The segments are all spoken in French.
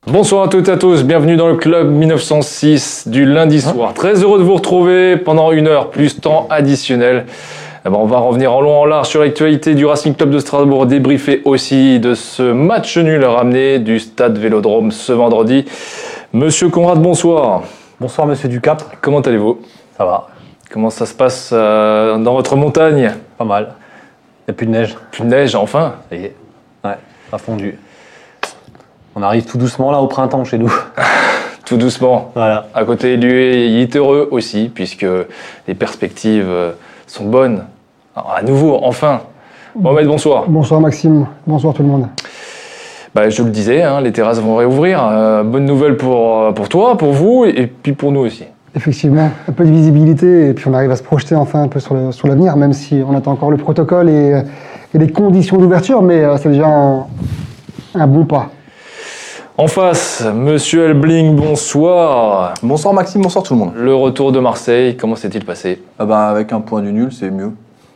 Bonsoir à toutes et à tous, bienvenue dans le Club 1906 du lundi soir. Très heureux de vous retrouver pendant une heure, plus temps additionnel. On va revenir en long en large sur l'actualité du Racing Club de Strasbourg, débriefer aussi de ce match nul ramené du stade Vélodrome ce vendredi. Monsieur Conrad, bonsoir. Bonsoir Monsieur Ducap. Comment allez-vous? Ça va. Comment ça se passe dans votre montagne? Pas mal. Il n'y a plus de neige. Plus de neige, enfin? Ça y est. Ouais, ça a fondu. On arrive tout doucement là au printemps chez nous. Tout doucement. Voilà. À côté du il est heureux aussi, puisque les perspectives sont bonnes. Alors, à nouveau, enfin. Mohamed, bonsoir. Bonsoir Maxime, bonsoir tout le monde. Je le disais, les terrasses vont réouvrir. Bonne nouvelle pour toi, pour vous, et puis pour nous aussi. Effectivement, un peu de visibilité, et puis on arrive à se projeter enfin un peu sur l'avenir, même si on attend encore le protocole et les conditions d'ouverture, mais c'est déjà un bon pas. En face, Monsieur Elbling, bonsoir. Bonsoir Maxime, bonsoir tout le monde. Le retour de Marseille, comment s'est-il passé? Avec un point du nul, c'est mieux.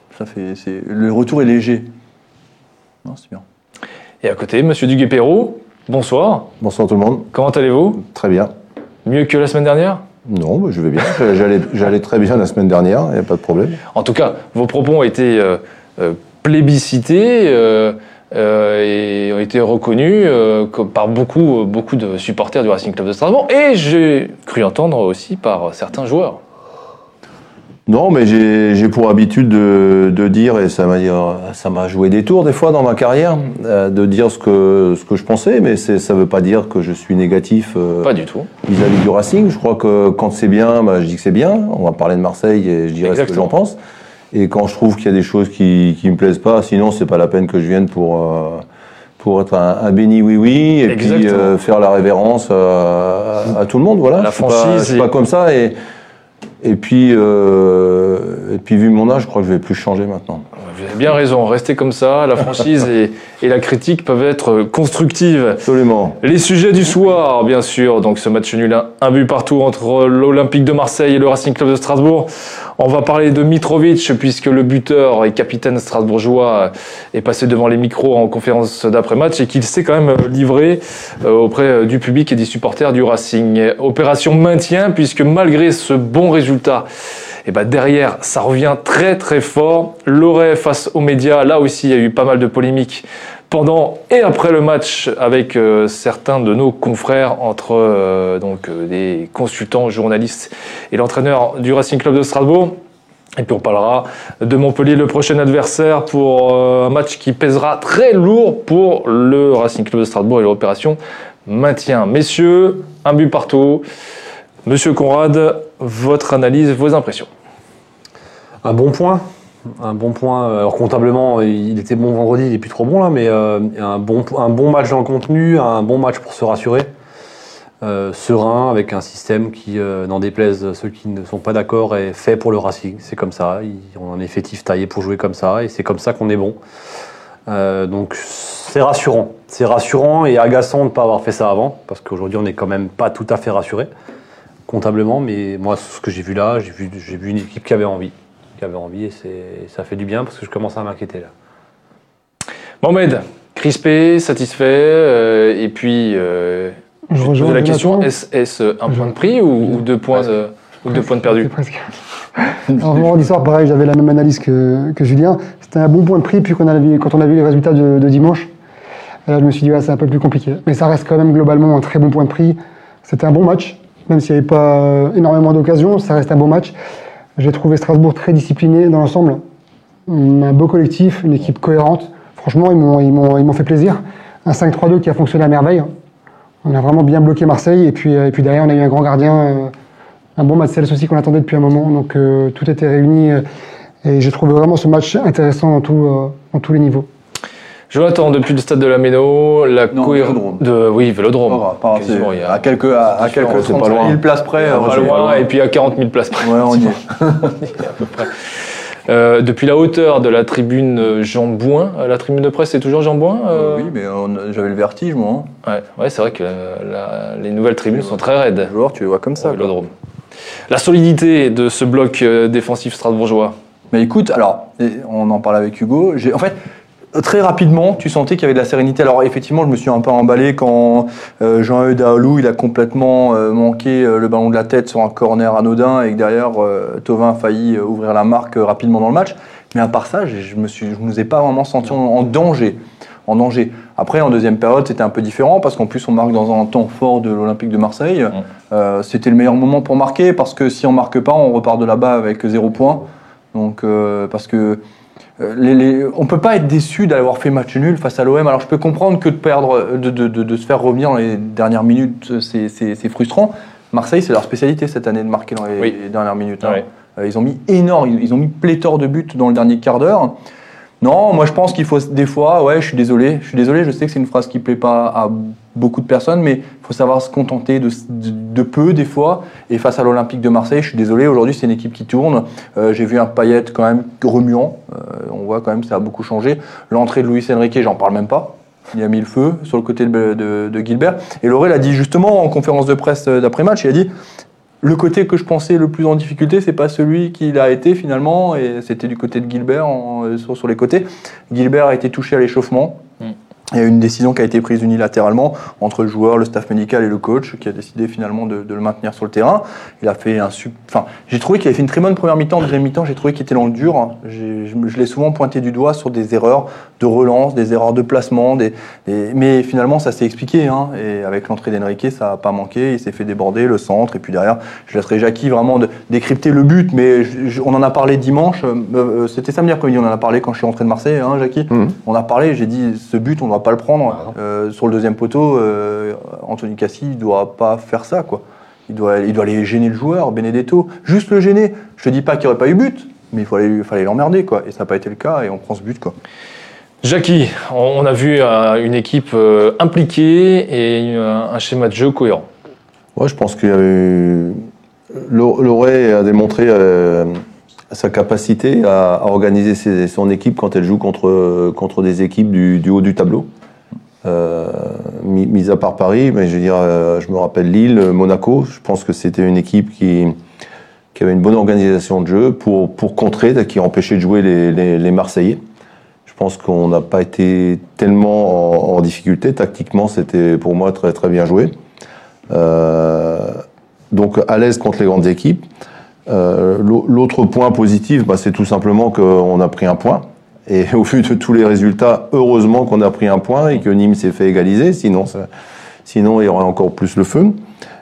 Le retour est léger. Non, c'est bien. Et à côté, Monsieur Duguay-Perrault, bonsoir. Bonsoir tout le monde. Comment allez-vous? Très bien. Mieux que la semaine dernière? Non, je vais bien. J'allais très bien la semaine dernière, il n'y a pas de problème. En tout cas, vos propos ont été plébiscités et ont été reconnus par beaucoup de supporters du Racing Club de Strasbourg, et j'ai cru entendre aussi par certains joueurs. Non, mais j'ai pour habitude de dire, et ça m'a joué des tours des fois dans ma carrière, de dire ce que je pensais, mais ça ne veut pas dire que je suis négatif pas du tout. Vis-à-vis du Racing. Je crois que quand c'est bien, je dis que c'est bien. On va parler de Marseille et je dirai Exactement. Ce que j'en pense. Et quand je trouve qu'il y a des choses qui me plaisent pas, sinon c'est pas la peine que je vienne pour être un béni oui et puis faire la révérence à tout le monde. Voilà. La franchise. Je suis pas comme ça et puis vu mon âge, je crois que je vais plus changer maintenant. Vous avez bien raison, restez comme ça. La franchise et la critique peuvent être constructives. Absolument. Les sujets du soir, bien sûr. Donc ce match nul, un but partout entre l'Olympique de Marseille et le Racing Club de Strasbourg. On va parler de Mitrovic, puisque le buteur et capitaine strasbourgeois est passé devant les micros en conférence d'après-match et qu'il s'est quand même livré auprès du public et des supporters du Racing. Opération maintien, puisque malgré ce bon résultat, derrière, ça revient très très fort. Loret face aux médias, là aussi, il y a eu pas mal de polémiques pendant et après le match avec certains de nos confrères, entre des consultants, journalistes et l'entraîneur du Racing Club de Strasbourg. Et puis on parlera de Montpellier, le prochain adversaire, pour un match qui pèsera très lourd pour le Racing Club de Strasbourg et l'opération maintien. Messieurs, un but partout. Monsieur Conrad, votre analyse, vos impressions? Un bon point. Alors comptablement, il était bon vendredi, il n'est plus trop bon là, mais un bon match dans le contenu, un bon match pour se rassurer. Serein, avec un système qui, n'en déplaise ceux qui ne sont pas d'accord, est fait pour le Racing. C'est comme ça, on a un effectif taillé pour jouer comme ça, et c'est comme ça qu'on est bon. Donc c'est rassurant. C'est rassurant et agaçant de ne pas avoir fait ça avant, parce qu'aujourd'hui on n'est quand même pas tout à fait rassuré, comptablement, mais moi ce que j'ai vu là, j'ai vu une équipe qui avait envie et ça fait du bien parce que je commence à m'inquiéter là. Mohamed, crispé, satisfait, et puis je pose la question, est-ce un point de prix ou 2 points de perdus? Presque. Alors vendredi soir, pareil, j'avais la même analyse que Julien. C'était un bon point de prix, puis quand on a vu les résultats de dimanche, là, je me suis dit c'est un peu plus compliqué. Mais ça reste quand même globalement un très bon point de prix. C'était un bon match, même s'il n'y avait pas énormément d'occasions, ça reste un bon match. J'ai trouvé Strasbourg très discipliné dans l'ensemble. Un beau collectif, une équipe cohérente. Franchement, ils m'ont fait plaisir. Un 5-3-2 qui a fonctionné à merveille. On a vraiment bien bloqué Marseille. Et puis derrière, on a eu un grand gardien. Un bon Matsels aussi qu'on attendait depuis un moment. Donc tout était réuni. Et j'ai trouvé vraiment ce match intéressant dans tous les niveaux. Jonathan, depuis le stade de la Méno, Vélodrome. Vélodrome. À quelques 30 000 places près. Pas loin, et puis à 40 000 places près. Ouais, on y est. À peu près. Depuis la hauteur de la tribune Jean Bouin, la tribune de presse, c'est toujours Jean Bouin Oui, mais j'avais le vertige, moi. Ouais, c'est vrai que les nouvelles tribunes sont très raides. Joueur, tu les vois comme ça. Vélodrome. La solidité de ce bloc défensif strasbourgeois. Mais écoute, alors, on en parle avec Hugo. En fait, Très rapidement, tu sentais qu'il y avait de la sérénité. Alors effectivement, je me suis un peu emballé quand Jean-Eudes Daoulou, il a complètement manqué le ballon de la tête sur un corner anodin et que derrière, Thauvin a failli ouvrir la marque rapidement dans le match. Mais à part ça, je ne nous ai pas vraiment senti en danger. Après, en deuxième période, c'était un peu différent parce qu'en plus, on marque dans un temps fort de l'Olympique de Marseille. C'était le meilleur moment pour marquer parce que si on marque pas, on repart de là-bas avec 0 point. Donc, parce que on peut pas être déçu d'avoir fait match nul face à l'OM. Alors, je peux comprendre que de perdre, de se faire revenir dans les dernières minutes, c'est frustrant. Marseille, c'est leur spécialité cette année de marquer dans les dernières minutes. Hein. Oui. Ils ont mis ils ont mis pléthore de buts dans le dernier quart d'heure. Non, moi je pense qu'il faut des fois, je suis désolé, je sais que c'est une phrase qui plaît pas à beaucoup de personnes, mais il faut savoir se contenter de peu des fois. Et face à l'Olympique de Marseille, je suis désolé, aujourd'hui c'est une équipe qui tourne. J'ai vu un Payet quand même remuant, on voit quand même que ça a beaucoup changé. L'entrée de Luis Enrique, j'en parle même pas. Il a mis le feu sur le côté de Gilbert. Et Lauré l'a dit justement en conférence de presse d'après-match, il a dit le côté que je pensais le plus en difficulté, c'est pas celui qu'il a été finalement, et c'était du côté de Gilbert sur les côtés. Gilbert a été touché à l'échauffement. Il y a eu une décision qui a été prise unilatéralement entre le joueur, le staff médical et le coach, qui a décidé finalement de le maintenir sur le terrain. Il a fait j'ai trouvé qu'il avait fait une très bonne première mi-temps. Deuxième mi-temps, j'ai trouvé qu'il était dans le dur. Je l'ai souvent pointé du doigt sur des erreurs de relance, des erreurs de placement, mais finalement ça s'est expliqué. Hein, et avec l'entrée d'Enrique, ça n'a pas manqué. Il s'est fait déborder le centre et puis derrière, je laisserai Jackie vraiment décrypter le but. Mais on en a parlé dimanche. C'était samedi après-midi. On en a parlé quand je suis rentré de Marseille, hein, Jackie. On a parlé. J'ai dit ce but, on ne doit pas le prendre. Sur le deuxième poteau, Anthony Cassi ne doit pas faire ça, quoi. Il doit aller gêner le joueur, Benedetto, juste le gêner. Je te dis pas qu'il n'y aurait pas eu but, mais il fallait l'emmerder, quoi. Et ça n'a pas été le cas, et on prend ce but, quoi. Jackie, on a vu une équipe impliquée et un schéma de jeu cohérent. Ouais, je pense qu'il y avait Lauré a démontré sa capacité à organiser son équipe quand elle joue contre des équipes du haut du tableau. Mis à part Paris, mais je veux dire, je me rappelle Lille, Monaco. Je pense que c'était une équipe qui avait une bonne organisation de jeu pour contrer, qui empêchait de jouer les Marseillais. Je pense qu'on n'a pas été tellement en difficulté. Tactiquement, c'était pour moi très très bien joué. Donc à l'aise contre les grandes équipes. L'autre point positif, c'est tout simplement qu'on a pris un point. Et au vu de tous les résultats, heureusement qu'on a pris un point et que Nîmes s'est fait égaliser, sinon il y aurait encore plus le feu.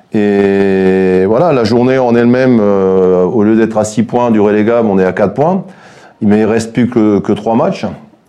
Et voilà, la journée en elle-même, au lieu d'être à 6 points du relégable, on est à 4 points. Mais il ne reste plus que 3 matchs.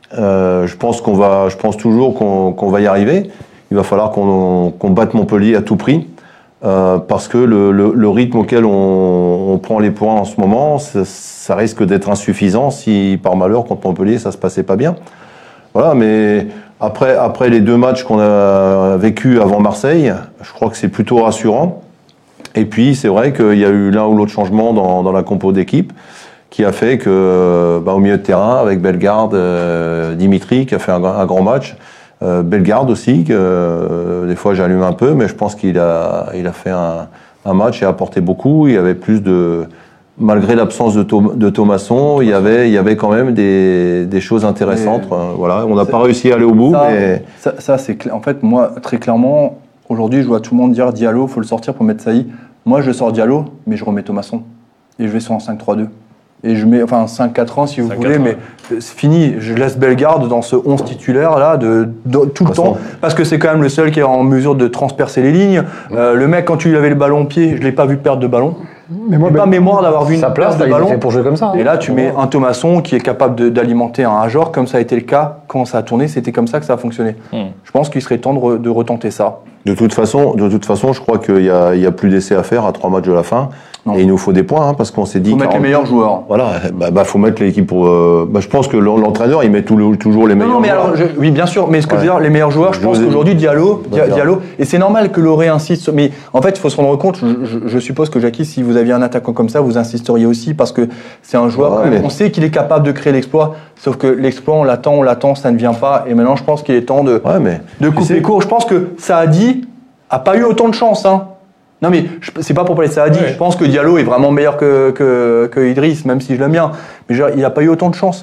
Je pense toujours qu'on va y arriver. Il va falloir qu'on batte Montpellier à tout prix. Parce que le rythme auquel on prend les points en ce moment, ça risque d'être insuffisant si par malheur contre Montpellier ça se passait pas bien. Voilà, mais après les 2 matchs qu'on a vécus avant Marseille, je crois que c'est plutôt rassurant. Et puis c'est vrai qu'il y a eu l'un ou l'autre changement dans la compo d'équipe qui a fait que au milieu de terrain avec Bellegarde, Dimitri qui a fait un grand match. Bellegarde aussi, que des fois j'allume un peu, mais je pense qu'il a fait un match et a apporté beaucoup. Il y avait plus malgré l'absence de Thomasson, il y avait quand même des choses intéressantes. Voilà, on n'a pas réussi à aller au bout. Ça c'est clair. En fait, moi, très clairement, aujourd'hui, je vois tout le monde dire Diallo, faut le sortir pour mettre Saï. Moi, je sors Diallo, mais je remets Thomasson. Et je vais sur un 5-3-2. Et je mets, 5-4-1 si vous voulez, mais c'est fini. Je laisse Bellegarde dans ce 11 titulaire là tout le temps, parce que c'est quand même le seul qui est en mesure de transpercer les lignes. Le mec, quand il avait le ballon au pied, je l'ai pas vu perdre de ballon. Mais moi, pas mémoire d'avoir vu une perte de ballon. Pour jouer comme ça. Et là, tu mets un Thomasson qui est capable d'alimenter un Ajor, comme ça a été le cas quand ça a tourné. C'était comme ça que ça a fonctionné. Je pense qu'il serait temps de retenter ça. De toute façon, je crois qu'il y a plus d'essais à faire à 3 matchs de la fin. Non. Et il nous faut des points, parce qu'on s'est dit... Il faut mettre les meilleurs joueurs. Voilà, faut mettre l'équipe pour... je pense que l'entraîneur, il met toujours les meilleurs joueurs. Oui, bien sûr, mais ce que je veux dire, les meilleurs joueurs, je pense qu'aujourd'hui, Diallo, et c'est normal que Lauré insiste, mais en fait, il faut se rendre compte, je suppose que Jackie, si vous aviez un attaquant comme ça, vous insisteriez aussi, parce que c'est un joueur, on sait qu'il est capable de créer l'exploit, sauf que l'exploit, on l'attend, ça ne vient pas, et maintenant, je pense qu'il est temps de couper court. Je pense que Saadi a pas eu autant de chance, hein. Non mais c'est pas pour parler de Saadi, je pense que Diallo est vraiment meilleur que Idriss, même si je l'aime bien. Mais il n'a pas eu autant de chance.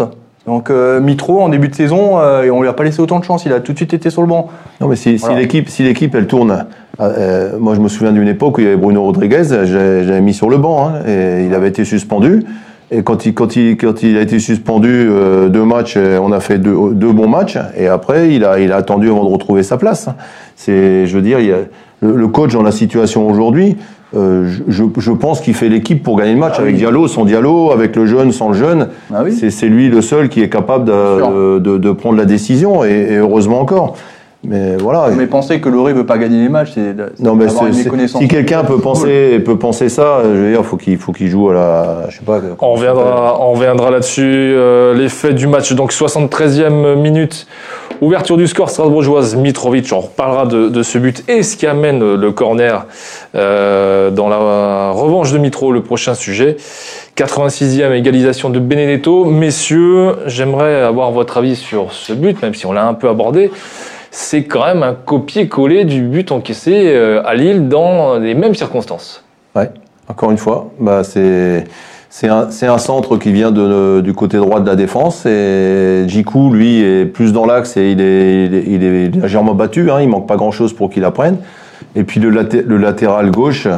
Donc Mitro, en début de saison, on lui a pas laissé autant de chance. Il a tout de suite été sur le banc. Non, mais si l'équipe elle tourne, moi je me souviens d'une époque où il y avait Bruno Rodriguez, j'avais mis sur le banc, hein, et il avait été suspendu. Et quand il a été suspendu 2 matchs, on a fait deux bons matchs, et après il a attendu avant de retrouver sa place. Je veux dire, le coach dans la situation aujourd'hui. Je pense qu'il fait l'équipe pour gagner le match avec Diallo, sans Diallo, avec le jeune, sans le jeune. Ah oui. C'est lui le seul qui est capable de prendre la décision, et heureusement encore. Mais voilà. Mais penser que Loré veut pas gagner les matchs, c'est non, mais avoir une méconnaissance. si quelqu'un peut penser ça, je veux dire, faut qu'il joue à la, je sais pas. On reviendra là-dessus. L'effet du match, donc 73e minute. Ouverture du score strasbourgeoise, Mitrovic, on reparlera de ce but et ce qui amène le corner dans la revanche de Mitro, le prochain sujet. 86e égalisation de Benedetto. Messieurs, j'aimerais avoir votre avis sur ce but, même si on l'a un peu abordé. C'est quand même un copier-coller du but encaissé à Lille dans les mêmes circonstances. Ouais, encore une fois, c'est un centre qui vient du côté droit de la défense, et Djikou, lui, est plus dans l'axe et il est légèrement battu, hein, il manque pas grand-chose pour qu'il la prenne. Et puis le latéral gauche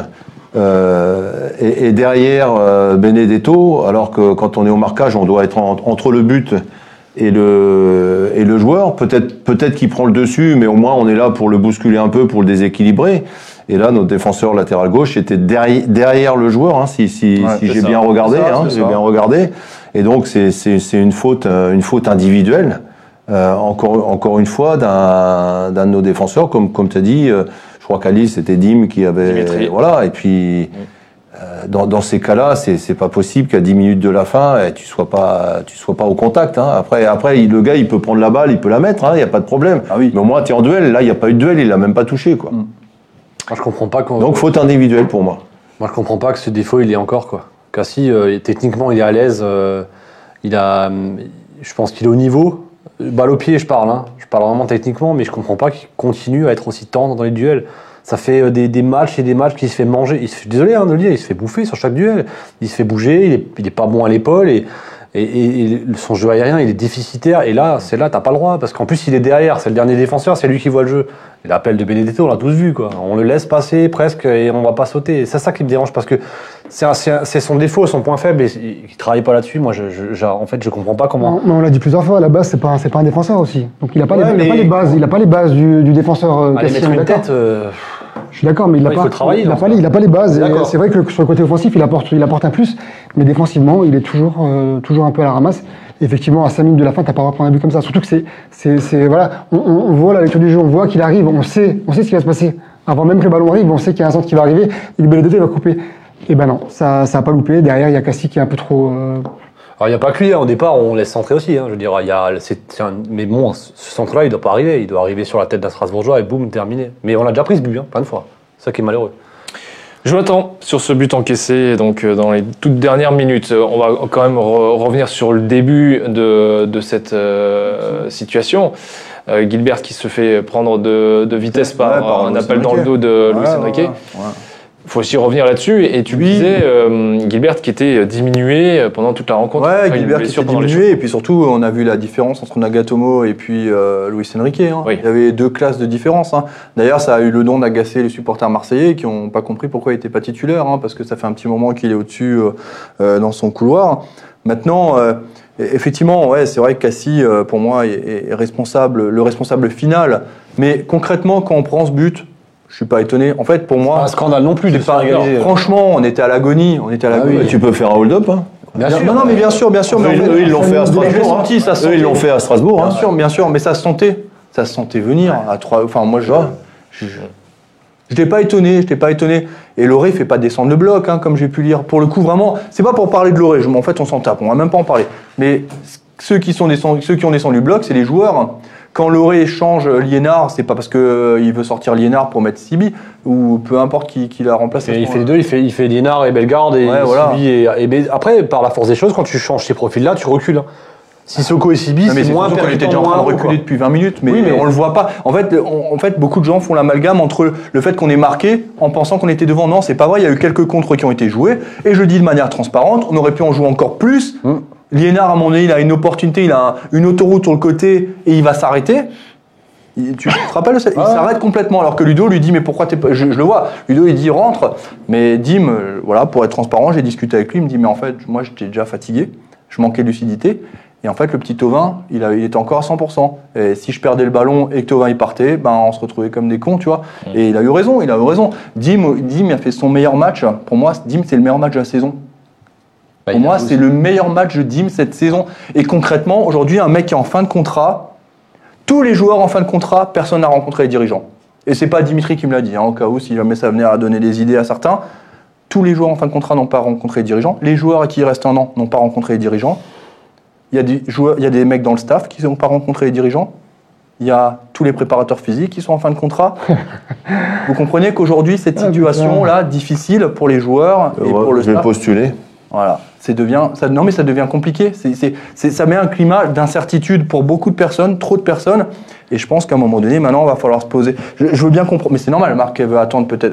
est derrière Benedetto, alors que quand on est au marquage, on doit être entre le but et le joueur. Peut-être qu'il prend le dessus, mais au moins on est là pour le bousculer un peu, pour le déséquilibrer. Et là, notre défenseur latéral gauche était derrière le joueur, hein, si j'ai bien regardé, bien regardé. Et donc c'est une faute individuelle, encore une fois, d'un de nos défenseurs, comme tu as dit. Je crois qu'à Lille, c'était Dim qui avait, Dimitri. voilà. Et puis dans ces cas-là, c'est pas possible qu'à 10 minutes de la fin, tu sois pas au contact. Hein. Après, le gars, il peut prendre la balle, il peut la mettre, il y a pas de problème. Ah oui. Mais au moins, tu es en duel. Là, il y a pas eu de duel, il l'a même pas touché, quoi. Moi, je comprends pas Donc faute individuelle pour moi. Moi, je comprends pas que ce défaut, il est encore, quoi. Cassie, techniquement, il est à l'aise. Je pense qu'il est au niveau. Balle au pied, je parle. Hein. Je parle vraiment techniquement, mais je comprends pas qu'il continue à être aussi tendre dans les duels. Ça fait des matchs et des matchs qu'il se fait manger. Désolé de le dire, il se fait bouffer sur chaque duel. Il se fait bouger, il est pas bon à l'épaule, et son jeu aérien, il est déficitaire. Et là, t'as pas le droit, parce qu'en plus, il est derrière. C'est le dernier défenseur, c'est lui qui voit le jeu. Et l'appel de Benedetto, on l'a tous vu, quoi. On le laisse passer presque et on va pas sauter. C'est ça qui me dérange, parce que c'est son défaut, son point faible, et il travaille pas là-dessus. Moi, en fait, je comprends pas comment. Non, on l'a dit plusieurs fois, à la base, c'est pas un défenseur aussi. Donc il a pas les bases du défenseur. Aller mettre une tête. Je suis d'accord, mais il a pas les bases. Et c'est vrai que sur le côté offensif, il apporte un plus, mais défensivement, il est toujours un peu à la ramasse. Et effectivement, à 5 minutes de la fin, t'as pas le droit de prendre un but comme ça. Surtout que voilà, on voit la lecture du jeu, on voit qu'il arrive, on sait ce qui va se passer. Avant même que le ballon arrive, on sait qu'il y a un centre qui va arriver, et le Benedetto va couper. Et ben non, ça a pas loupé. Derrière, il y a Cassie qui est un peu trop. Alors, il n'y a pas que lui, hein. Au départ, on laisse centrer aussi. Hein. Je veux dire, mais bon, ce centre-là, il ne doit pas arriver. Il doit arriver sur la tête d'un Strasbourgeois et boum, terminé. Mais on a déjà pris ce but, hein, plein de fois. C'est ça qui est malheureux. Jonathan, sur ce but encaissé, donc dans les toutes dernières minutes, on va quand même revenir sur le début de cette situation. Gilbert qui se fait prendre de vitesse par un appel dans le dos de Luis Enrique. Il faut aussi revenir là-dessus. Et tu disais, Gilbert qui était diminué pendant toute la rencontre. Ouais, Gilbert qui était diminué. Et puis surtout, on a vu la différence entre Nagatomo et puis Luis Enrique. Hein. Oui. Il y avait 2 classes de différence. Hein. D'ailleurs, ça a eu le don d'agacer les supporters marseillais qui n'ont pas compris pourquoi il n'était pas titulaire. Hein, parce que ça fait un petit moment qu'il est au-dessus dans son couloir. Maintenant, effectivement, ouais, c'est vrai que Cassie, pour moi, est le responsable final. Mais concrètement, quand on prend ce but, je suis pas étonné. En fait, pour moi, pas un scandale non plus de pas égaliser. Franchement, on était à l'agonie. Oui. Tu peux faire un hold-up. Hein. Bien sûr. Non, mais bien sûr. Mais eux, ils l'ont fait à Strasbourg. Eux, ils l'ont fait à Strasbourg. Bien sûr. Mais ça se sentait venir à 3. Enfin, moi, je n'étais pas étonné. Et Loré fait pas descendre le bloc, hein, comme j'ai pu lire. Pour le coup, vraiment, c'est pas pour parler de Loré. En fait, on s'en tape. On va même pas en parler. Mais ceux qui ont descendu le bloc, c'est les joueurs. Quand Loré change Liénard, c'est pas parce qu'il veut sortir Liénard pour mettre Sibi, ou peu importe qui la remplace. Il fait les deux, il fait Liénard et Bellegarde, et Sibi et après, par la force des choses, quand tu changes ces profils-là, tu recules. Hein. Sissoko et Sibi, c'est moins percutant. Il était déjà en train de reculer depuis 20 minutes, mais on le voit pas. En fait, beaucoup de gens font l'amalgame entre le fait qu'on ait marqué en pensant qu'on était devant. Non, c'est pas vrai, il y a eu quelques contres qui ont été joués, et je dis de manière transparente, on aurait pu en jouer encore plus. Liénard, à un moment donné, il a une opportunité, il a une autoroute sur le côté et il va s'arrêter. Tu te rappelles, il s'arrête complètement alors que Ludo lui dit mais pourquoi t'es pas... Je le vois, Ludo il dit rentre, mais Dim, voilà, pour être transparent, j'ai discuté avec lui, il me dit mais en fait moi j'étais déjà fatigué, je manquais de lucidité et en fait le petit Thauvin il était encore à 100% et si je perdais le ballon et que Thauvin il partait, ben on se retrouvait comme des cons, tu vois. Et il a eu raison. Dim a fait son meilleur match, pour moi Dim c'est le meilleur match de la saison. Pour moi c'est le meilleur match de Dim cette saison et concrètement aujourd'hui un mec qui est en fin de contrat. Tous les joueurs en fin de contrat, personne n'a rencontré les dirigeants. Et c'est pas Dimitri qui me l'a dit, au cas où, si jamais ça venait à donner des idées à certains. Tous les joueurs en fin de contrat n'ont pas rencontré les dirigeants. Les joueurs à qui il reste un an n'ont pas rencontré les dirigeants. Il y a des mecs dans le staff qui n'ont pas rencontré les dirigeants. Il y a tous les préparateurs physiques qui sont en fin de contrat. Vous comprenez qu'aujourd'hui, cette situation-là, difficile pour les joueurs et pour le staff. Je vais postuler. Voilà, ça devient compliqué. Ça met un climat d'incertitude pour beaucoup de personnes, trop de personnes. Et je pense qu'à un moment donné, maintenant, il va falloir se poser. Je veux bien comprendre, mais c'est normal. Marc veut attendre peut-être.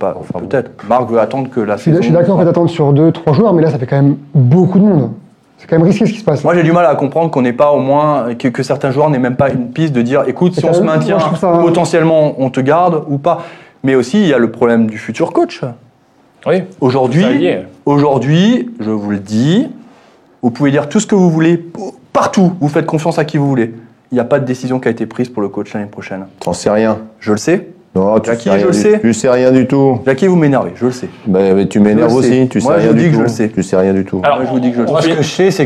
Marc veut attendre que la saison. Je suis d'accord d'attendre sur 2-3 joueurs, mais là, ça fait quand même beaucoup de monde. C'est quand même risqué ce qui se passe. Moi, j'ai du mal à comprendre qu'on n'ait pas au moins que certains joueurs n'aient même pas une piste de dire, écoute, si on se maintient, potentiellement, on te garde ou pas. Mais aussi, il y a le problème du futur coach. Oui. Aujourd'hui, je vous le dis, vous pouvez dire tout ce que vous voulez, partout, vous faites confiance à qui vous voulez. Il n'y a pas de décision qui a été prise pour le coach l'année prochaine. T'en sais rien. Je le sais. Non, Jackie, je le sais. Tu sais rien du tout. Jackie, vous m'énervez, je le sais. Mais tu m'énerves aussi, tu sais rien du tout. Je le sais. Tu sais rien du tout. Alors, je vous dis que je le sais. Moi, ce que je sais, c'est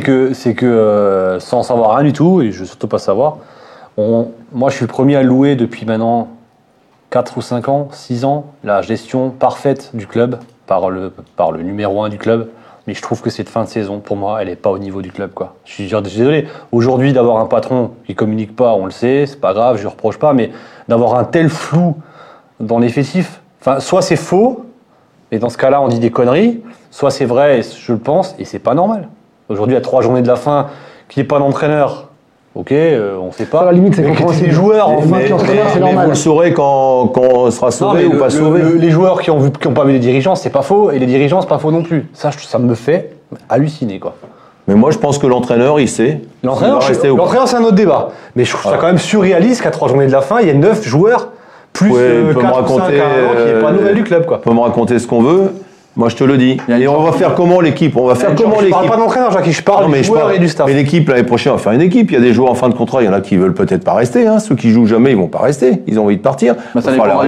que sans savoir rien du tout, et je veux surtout pas savoir, moi, je suis le premier à louer depuis maintenant 4 ou 5 ans, 6 ans, la gestion parfaite du club par le numéro 1 du club. Mais je trouve que cette fin de saison, pour moi, elle n'est pas au niveau du club, quoi. Je suis désolé. Aujourd'hui, d'avoir un patron qui communique pas, on le sait, c'est pas grave, je ne reproche pas, mais d'avoir un tel flou dans l'effectif, enfin, soit c'est faux, et dans ce cas-là, on dit des conneries, soit c'est vrai, et je le pense, et c'est pas normal. Aujourd'hui, à 3 journées de la fin, qu'il n'y ait pas d'entraîneur, ok, on ne sait pas. À la limite, c'est compréhensible. Les joueurs, c'est normal. Mais vous le saurez quand on sera sauvé ou pas sauvé. Les joueurs qui n'ont pas vu les dirigeants, c'est pas faux, et les dirigeants, c'est pas faux non plus. Ça me fait halluciner, quoi. Mais moi, je pense que l'entraîneur, il sait. L'entraîneur, c'est un autre débat. Mais je trouve ça quand même surréaliste qu'à 3 journées de la fin, il y ait 9 joueurs, plus 4 ou 5 qui n'est pas nouvelle du club, quoi. On peut me raconter ce qu'on veut. Moi, je te le dis. Et on va faire comment l'équipe ? Je parle pas d'entraîneur, Jacques, je parle des joueurs et du staff. Mais l'équipe, l'année prochaine, on va faire une équipe. Il y a des joueurs en fin de contrat, il y en a qui veulent peut-être pas rester. Ceux qui jouent jamais, ils vont pas rester. Ils ont envie de partir. Ça dépend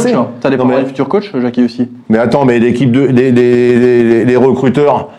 des futurs coachs, Jackie aussi. Mais attends, mais l'équipe, les recruteurs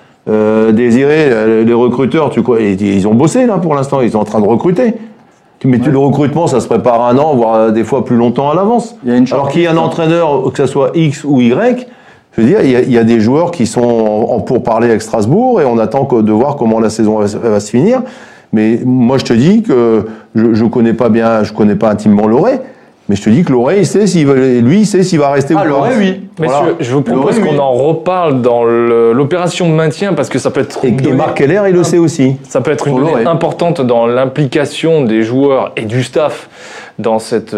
désirés, les recruteurs, ils ont bossé là pour l'instant. Ils sont en train de recruter. Mais le recrutement, ça se prépare 1 an, voire des fois plus longtemps à l'avance. Alors qu'il y ait un entraîneur, que ce soit X ou Y, je veux dire, il y a des joueurs qui sont en pourparlers avec Strasbourg et on attend de voir comment la saison va se finir. Mais moi, je te dis que je connais pas intimement Loré, mais je te dis que Loré, il sait s'il va rester ou pas. Loré, oui. Messieurs, je vous propose qu'on en reparle dans l'opération de maintien parce que ça peut être... Et Marc Keller, il le sait aussi. Ça peut être une donnée importante dans l'implication des joueurs et du staff dans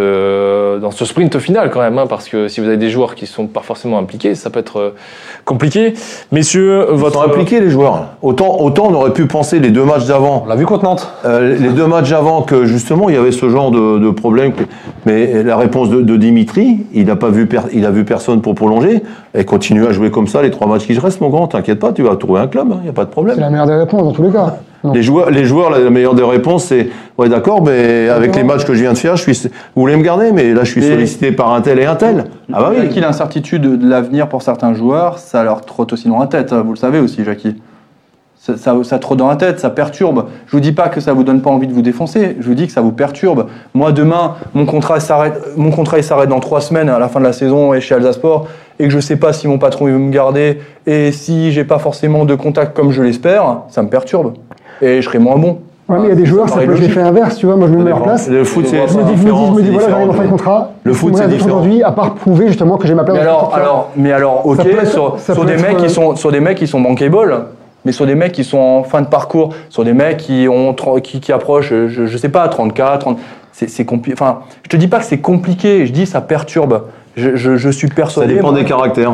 ce sprint final quand même, parce que si vous avez des joueurs qui ne sont pas forcément impliqués, ça peut être compliqué. Messieurs, Ils sont impliqués les joueurs. Autant on aurait pu penser les 2 matchs d'avant. On l'a vu contre Nantes. Les 2 matchs d'avant que justement il y avait ce genre de problème. Mais la réponse de Dimitri, il a vu personne pour prolonger et continue à jouer comme ça les 3 matchs qui restent, mon grand. T'inquiète pas, tu vas trouver un club, il n'y a pas de problème. C'est la meilleure des réponses dans tous les cas. Non. Les joueurs, la meilleure des réponses, c'est ouais, d'accord, mais avec les matchs que je viens de faire, vous voulez me garder, mais là, je suis sollicité par un tel et un tel. Ah bah oui. L'incertitude de l'avenir pour certains joueurs, ça leur trotte aussi dans la tête. Vous le savez aussi, Jackie. Ça trotte dans la tête, ça perturbe. Je vous dis pas que ça vous donne pas envie de vous défoncer. Je vous dis que ça vous perturbe. Moi, demain, mon contrat il s'arrête dans 3 semaines à la fin de la saison et chez Alsace Sport, et que je sais pas si mon patron il veut me garder et si j'ai pas forcément de contact comme je l'espère, ça me perturbe. Et je serai moins bon. Ouais, mais il y a des joueurs, ça peut être l'effet inverse, tu vois. Moi, je me mets en place. Le foot, c'est je me dis voilà, j'arrive en fin de contrat. Le foot, c'est différent. Aujourd'hui, à part prouver justement que j'ai ma place. Mais alors, ok, sur des mecs qui sont bankable, mais sur des mecs qui sont en fin de parcours, sur des mecs qui approchent, je sais pas, 34, 30. C'est compliqué. Enfin, je te dis pas que c'est compliqué. Je dis ça perturbe. Je suis persuadé. Ça dépend des caractères.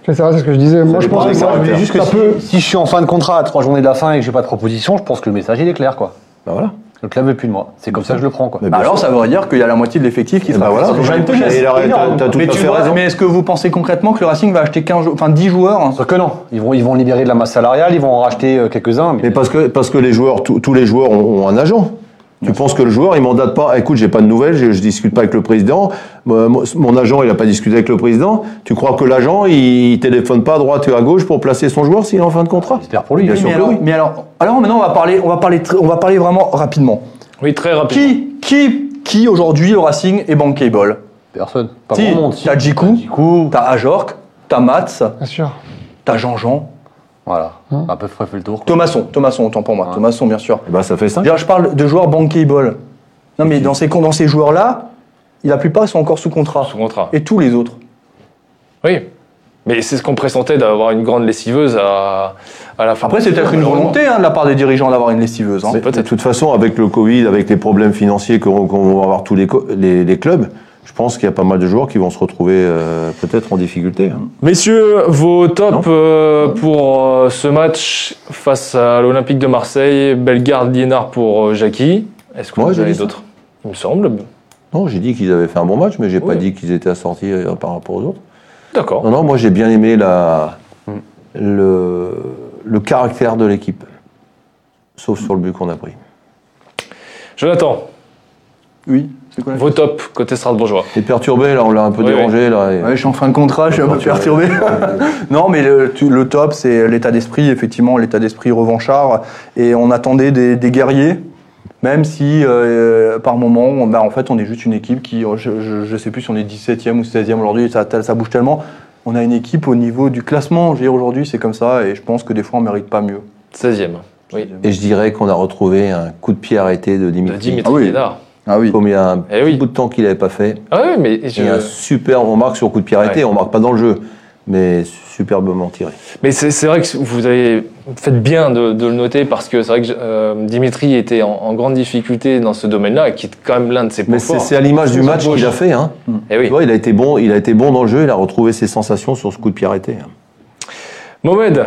C'est vrai, c'est ce que je disais. Moi, je pense que ça Mais juste que ça peut. si je suis en fin de contrat à 3 journées de la fin et que j'ai pas de proposition, je pense que le message il est clair, quoi. Bah voilà. Le club veut plus de moi. C'est comme ça que je le prends, quoi. Mais Bah bien alors sûr. ça voudrait dire qu'il y a la moitié de l'effectif qui sera voilà. sur l'année prochaine. Et là, t'as tout Mais à tu fait vois, raison. mais est-ce que vous pensez concrètement que le Racing va acheter 10 joueurs hein Sauf que non, ils vont libérer de la masse salariale, ils vont en racheter quelques-uns. Mais parce que les joueurs, tous les joueurs ont un agent. Tu penses que le joueur, il mandate pas, écoute, j'ai pas de nouvelles, je discute pas avec le président, mon agent, il a pas discuté avec le président. Tu crois que l'agent, il téléphone pas à droite et à gauche pour placer son joueur s'il est en fin de contrat? J'espère pour lui. Bien Oui, sûr mais que alors, oui. mais alors maintenant on va parler vraiment rapidement. Oui, très rapide. Qui aujourd'hui le Racing est bankable? Personne. Pas Si, grand monde. t'as Djikou, t'as Ajorc, t'as Mats, Bien sûr. t'as Jean-Jean, Voilà. À peu près fait le tour. Thomasson, autant pour moi, Thomasson bien sûr. Eh ben, ça fait 5. D'ailleurs, je parle de joueurs bankable. Non mais dans ces joueurs-là, la plupart sont encore sous contrat. Sous contrat. Et tous les autres. Oui. Mais c'est ce qu'on pressentait d'avoir une grande lessiveuse à la fin. Après, c'est peut-être une volonté de la part des dirigeants d'avoir une lessiveuse. hein. De toute façon, avec le Covid, avec les problèmes financiers qu'on va avoir tous les clubs, je pense qu'il y a pas mal de joueurs qui vont se retrouver peut-être en difficulté. hein. Messieurs, vos tops pour ce match face à l'Olympique de Marseille, Bellegarde, Liénard pour Jackie. Est-ce que Moi, vous j'ai avez dit ça. d'autres? Il me semble. Non, j'ai dit qu'ils avaient fait un bon match, mais j'ai pas Oui. dit qu'ils étaient assortis par rapport aux autres. D'accord. Non, moi j'ai bien aimé le caractère de l'équipe. Sauf sur le but qu'on a pris. Jonathan, Oui, c'est quoi vos tops côté strasbourgeois. Il est perturbé, là, on l'a un peu Oui, dérangé. Là, et- Ouais, je suis en fin de contrat, je suis un peu perturbé. Non, mais le top, c'est l'état d'esprit, effectivement, l'état d'esprit revanchard. Et on attendait des guerriers, même si par moment, en fait, on est juste une équipe qui, je sais plus si on est 17e ou 16e aujourd'hui, ça bouge tellement. On a une équipe au niveau du classement, je veux dire, aujourd'hui, c'est comme ça, et je pense que des fois, on ne mérite pas mieux. 16e. Oui. Et je dirais qu'on a retrouvé un coup de pied arrêté de De Dimitri. Dimitri Ah oui. Liénard. Ah oui. Comme il y a un Eh oui. petit bout de temps qu'il n'avait pas fait. Ah oui, mais Et un super, on marque sur coup de pied arrêté, Ouais. on marque pas dans le jeu, mais superbement tiré. Mais c'est vrai que vous avez fait bien de le noter parce que c'est vrai que Dimitri était en grande difficulté dans ce domaine-là et qui est quand même l'un de ses points Mais forts. c'est à l'image du match qu'il a fait. Hein. Eh oui. Tu vois, il a été bon dans le jeu, il a retrouvé ses sensations sur ce coup de pied arrêté. Mohamed,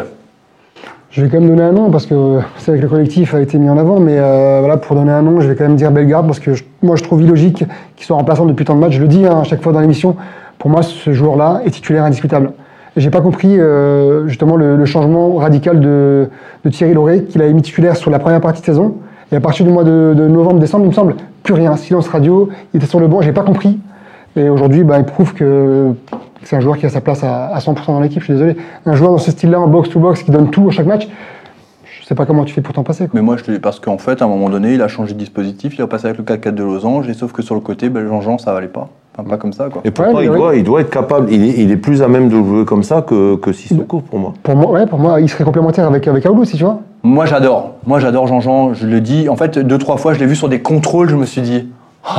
Je vais quand même donner un nom parce que c'est vrai que le collectif a été mis en avant, mais voilà, pour donner un nom, je vais quand même dire Bellegarde parce que moi je trouve illogique qu'il soit remplaçant depuis tant de matchs. Je le dis à chaque fois dans l'émission, pour moi ce joueur-là est titulaire indiscutable. Et j'ai pas compris justement le changement radical de Thierry Lauré qu'il avait mis titulaire sur la première partie de saison. Et à partir du mois de novembre-décembre, il me semble, plus rien, silence radio, il était sur le banc, j'ai pas compris. Et aujourd'hui, il prouve que c'est un joueur qui a sa place à 100% dans l'équipe, je suis désolé. Un joueur dans ce style-là, en box-to-box, qui donne tout à chaque match, je sais pas comment tu fais pour t'en passer, quoi. Mais moi, je te dis parce qu'en fait, à un moment donné, il a changé de dispositif, il est repassé avec le 4-4 de Losange, et sauf que sur le côté, Jean-Jean, ça valait pas. Enfin, pas comme ça, quoi. Et pourtant, Ouais, il doit être capable, il est plus à même de jouer comme ça que Sissoko pour moi. Pour moi, il serait complémentaire avec Aoulou, si tu vois. Moi, j'adore Jean-Jean, je le dis. En fait, 2-3 fois, je l'ai vu sur des contrôles, je me suis dit,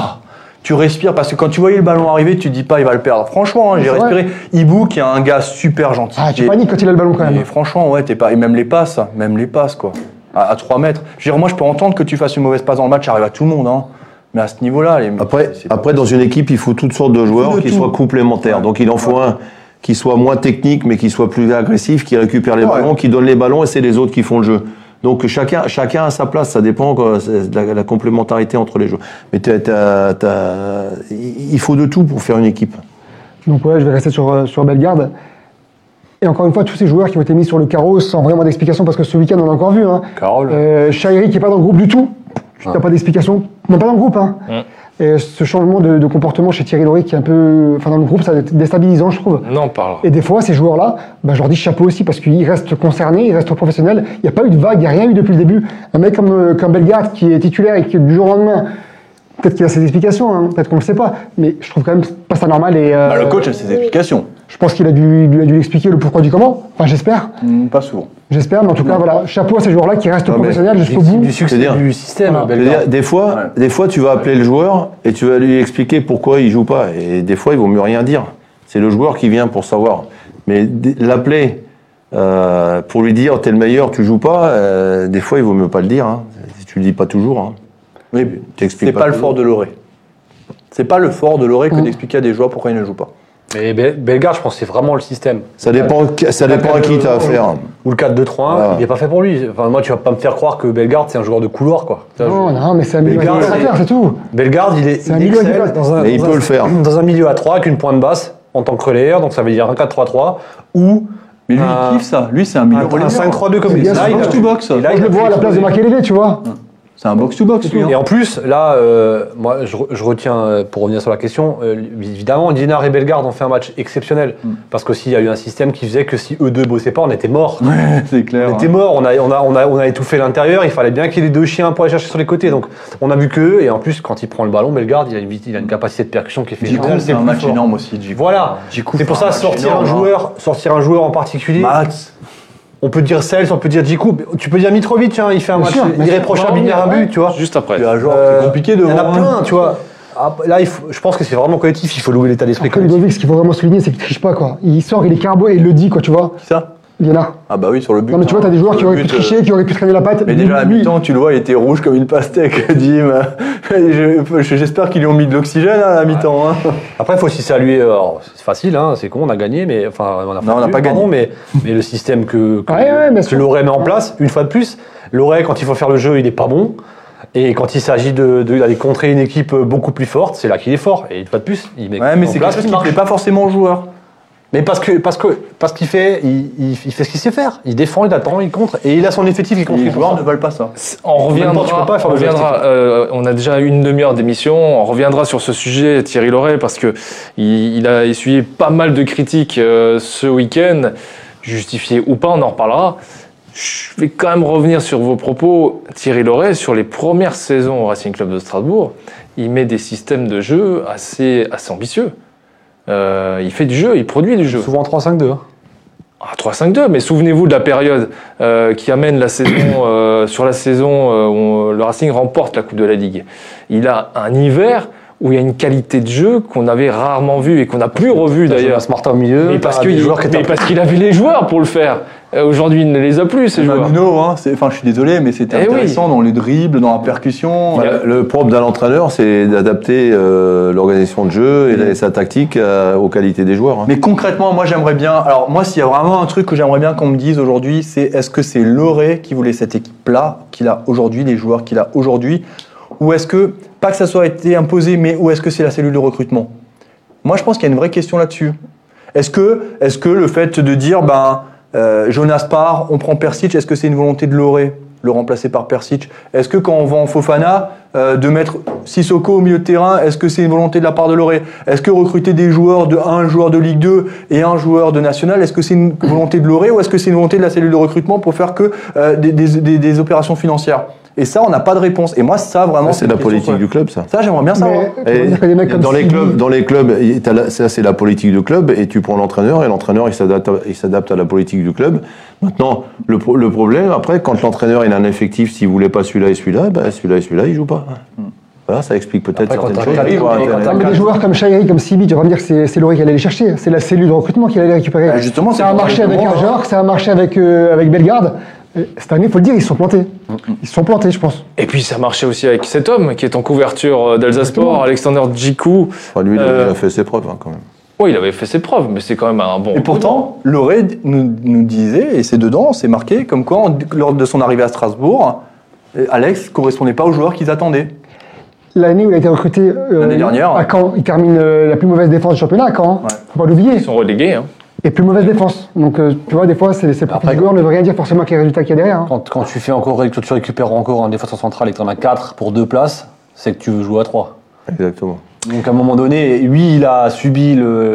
tu respires, parce que quand tu voyais le ballon arriver, tu te dis pas, il va le perdre. Franchement, j'ai C'est vrai. respiré. Ibou, qui est un gars super gentil. Ah, tu qui est- paniques quand il a le ballon quand Et même. franchement, ouais, t'es pas. Et même les passes, quoi. À 3 mètres. Je veux dire, moi, je peux entendre que tu fasses une mauvaise passe dans le match, ça arrive à tout le monde, hein. Mais à ce niveau-là, Après, dans une équipe, il faut toutes sortes de joueurs de qui tout. soient complémentaires. Ouais. Donc, il en faut un qui soit moins technique, mais qui soit plus agressif, qui récupère les Ouais. ballons, qui donne les ballons, et c'est les autres qui font le jeu. Donc, chacun a sa place. Ça dépend de la complémentarité entre les joueurs. Mais il faut de tout pour faire une équipe. Donc ouais, je vais rester sur Bellegarde. Et encore une fois, tous ces joueurs qui ont été mis sur le carreau sans vraiment d'explication, parce que ce week-end, on l'a encore vu. Hein. Carole. Chahiri qui n'est pas dans le groupe du tout. Tu n'as pas d'explication. Même pas dans le groupe. Hein. Et ce changement de comportement chez Thierry Lauré qui est un peu... Enfin, dans le groupe, ça va être déstabilisant, je trouve. non, parle. Et des fois, ces joueurs-là, je leur dis chapeau aussi parce qu'ils restent concernés, ils restent professionnels. Il n'y a pas eu de vague, il n'y a rien eu depuis le début. Un mec comme Bellegarde qui est titulaire et qui du jour au lendemain, peut-être qu'il a ses explications, hein, peut-être qu'on ne le sait pas, mais je trouve quand même pas ça normal. Et, le coach a ses explications. je pense qu'il a dû lui expliquer le pourquoi du comment. Enfin, j'espère. Pas souvent. J'espère, mais en tout cas, voilà, chapeau à ces joueurs-là qui restent Non, mais professionnels jusqu'au bout. Du succès C'est-à-dire- du système, Voilà. Je veux Bellegarde. dire, des fois, tu vas appeler le joueur et tu vas lui expliquer pourquoi il joue pas. Et des fois, il vaut mieux rien dire. C'est le joueur qui vient pour savoir. Mais l'appeler pour lui dire t'es le meilleur, tu joues pas, des fois, il vaut mieux pas le dire. Hein. Tu le dis pas toujours. Hein. Oui, T'expliques c'est pas le toujours. fort de Lauré. C'est pas le fort de Lauré que d'expliquer à des joueurs pourquoi ils ne jouent pas. Mais Bellegarde, je pense que c'est vraiment le système. Ça dépend à qui tu as affaire. Ou le 4-2-3-1, il n'est pas fait pour lui. Enfin, moi, tu vas pas me faire croire que Bellegarde, c'est un joueur de couloir, quoi. Non, mais c'est un milieu Bellegarde, à faire, c'est tout. Bellegarde, il excelle Mais il peut le faire. dans un milieu à 3 avec une pointe basse en tant que relayeur, donc ça veut dire un 4-3-3, ou Mais lui, il kiffe ça. Lui, c'est un milieu un relayeur. 5-3-2 comme bien là, sûr. il a Box-to-box. Et là, Moi, je le vois à la place de Makelele, tu vois. C'est un box-to-box, lui. Et en plus, là, moi, je retiens, pour revenir sur la question, évidemment, Liénard et Bellegarde ont fait un match exceptionnel. Parce qu'aussi, il y a eu un système qui faisait que si eux deux bossaient pas, on était morts. Ouais, c'est clair. On était morts, on a étouffé l'intérieur, il fallait bien qu'il y ait les deux chiens pour aller chercher sur les côtés. Donc, on a vu qu'eux, et en plus, quand il prend le ballon, Bellegarde, il a une capacité de percussion qui est Djikou, phénoménale. c'est un match énorme aussi, Djikou. Voilà. Djikou C'est pour fait ça, un match sortir un énorme, joueur en particulier. Max. On peut dire Sels, on peut dire Djikou, tu peux dire Mitrovic, hein, il fait un match sûr, bien irréprochable, sûr. il a un but, tu vois. Juste après. C'est un joueur c'est compliqué de Il y en a voir. plein, tu vois. Ah, là, je pense que c'est vraiment collectif, il faut louer l'état d'esprit Après, collectif. Ludovic, ce qu'il faut vraiment souligner, c'est qu'il triche pas, quoi. Il sort, il est carbo et il le dit, quoi, tu vois. Qui ça Liénard. Ah bah oui, sur le but. Non, mais tu vois, t'as des joueurs qui Sur le auraient pu but, tricher, qui auraient pu traîner la patte. Mais déjà à la Lui, mi-temps, tu le vois, il était rouge comme une pastèque, Dim. J'espère qu'ils lui ont mis de l'oxygène à la mi-temps. Hein. Après, il faut aussi saluer, alors, c'est facile, hein, c'est con, on a gagné, mais enfin, on n'a pas gagné. Mais le système que bien sûr. Loret met en place, une fois de plus, Loret, quand il faut faire le jeu, il n'est pas bon. Et quand il s'agit d'aller contrer une équipe beaucoup plus forte, c'est là qu'il est fort. Et une fois de plus, il met Ouais, mais en c'est place quelque chose qui qui marche. ne plaît pas forcément aux joueurs. Mais parce qu'il fait, il fait ce qu'il sait faire. Il défend, il attend, il contre, et il a son effectif, il contre. Les joueurs ne veulent pas ça. On Même temps, tu peux pas faire le reviendra on a déjà une demi-heure d'émission, on reviendra sur ce sujet, Thierry Loret, parce que il a essuyé pas mal de critiques ce week-end, justifiées ou pas, on en reparlera. Je vais quand même revenir sur vos propos, Thierry Loret, sur les premières saisons au Racing Club de Strasbourg. Il met des systèmes de jeu assez ambitieux. Il fait du jeu, il produit du jeu. Souvent 3-5-2. Hein. Ah, 3-5-2, mais souvenez-vous de la période qui amène la saison, sur la saison où le Racing remporte la Coupe de la Ligue. Il a un hiver où il y a une qualité de jeu qu'on avait rarement vue et qu'on n'a plus revue d'ailleurs. Jonas Martin au milieu. Mais parce t'as des joueurs qui étaient- parce qu'il avait les joueurs pour le faire. Aujourd'hui, il ne les a plus, ces joueurs. Nuno, hein, je suis désolé, mais c'était Eh oui. intéressant dans les dribbles, dans la percussion. Le propre d'un entraîneur, c'est d'adapter l'organisation de jeu et sa tactique aux qualités des joueurs. Hein. Mais concrètement, moi j'aimerais bien. Alors, moi, s'il y a vraiment un truc que j'aimerais bien qu'on me dise aujourd'hui, c'est est-ce que c'est Loret qui voulait cette équipe-là, qu'il a aujourd'hui, les joueurs qu'il a aujourd'hui, ou est-ce que, pas que ça soit été imposé, mais ou est-ce que c'est la cellule de recrutement? Moi, je pense qu'il y a une vraie question là-dessus. Est-ce que le fait de dire, Jonas part, on prend Persic, est-ce que c'est une volonté de Loret, le remplacer par Persic? Est-ce que quand on vend Fofana, de mettre Sissoko au milieu de terrain, est-ce que c'est une volonté de la part de Loret? Est-ce que recruter un joueur de Ligue 2 et un joueur de National, est-ce que c'est une volonté de Loret ou est-ce que c'est une volonté de la cellule de recrutement pour faire que des opérations financières? Et ça, on n'a pas de réponse. Et moi, ça, vraiment, C'est la politique du club, ça. Ça, j'aimerais bien savoir. Mais, dire que des mecs comme Dans Sibi- les clubs, ça c'est la politique du club et tu prends l'entraîneur et l'entraîneur il s'adapte à la politique du club. Maintenant, le problème, après, quand l'entraîneur il a un effectif, s'il voulait pas celui-là et celui-là, il joue pas. Voilà, ça explique peut-être Après, quand certaines t'as choses. Karim, Pour mais quand Internet. Mais des joueurs comme Chahiri, comme Sibi, tu vas pas me dire que c'est Loret qui allait les chercher. C'est la cellule de recrutement qui allait les récupérer. Justement, c'est un marché avec justement, Ajorc, c'est un marché avec Bellegarde. Et cette année, il faut le dire, ils se sont plantés. Ils se sont plantés, je pense. Et puis ça marchait aussi avec cet homme qui est en couverture d'Alsace Sport, Alexander Djikou. Enfin, lui, il a fait ses preuves hein, quand même. Oui, il avait fait ses preuves, mais c'est quand même un bon. Et pourtant, Loret nous disait, et c'est dedans, c'est marqué, comme quoi, lors de son arrivée à Strasbourg, Alex ne correspondait pas aux joueurs qu'ils attendaient. L'année où il a été recruté L'année dernière, à Caen, il termine la plus mauvaise défense du championnat à Caen. Ouais. Faut pas l'oublier. Ils sont relégués. Hein. Et plus mauvaise défense. Donc, tu vois, des fois, ces petits joueurs ne veulent rien dire forcément avec les résultats qu'il y a derrière. Hein. Quand tu fais encore, que tu récupères encore un défenseur central et que tu en as 4 pour 2 places, c'est que tu veux jouer à 3. Exactement. Donc à un moment donné, oui, il a subi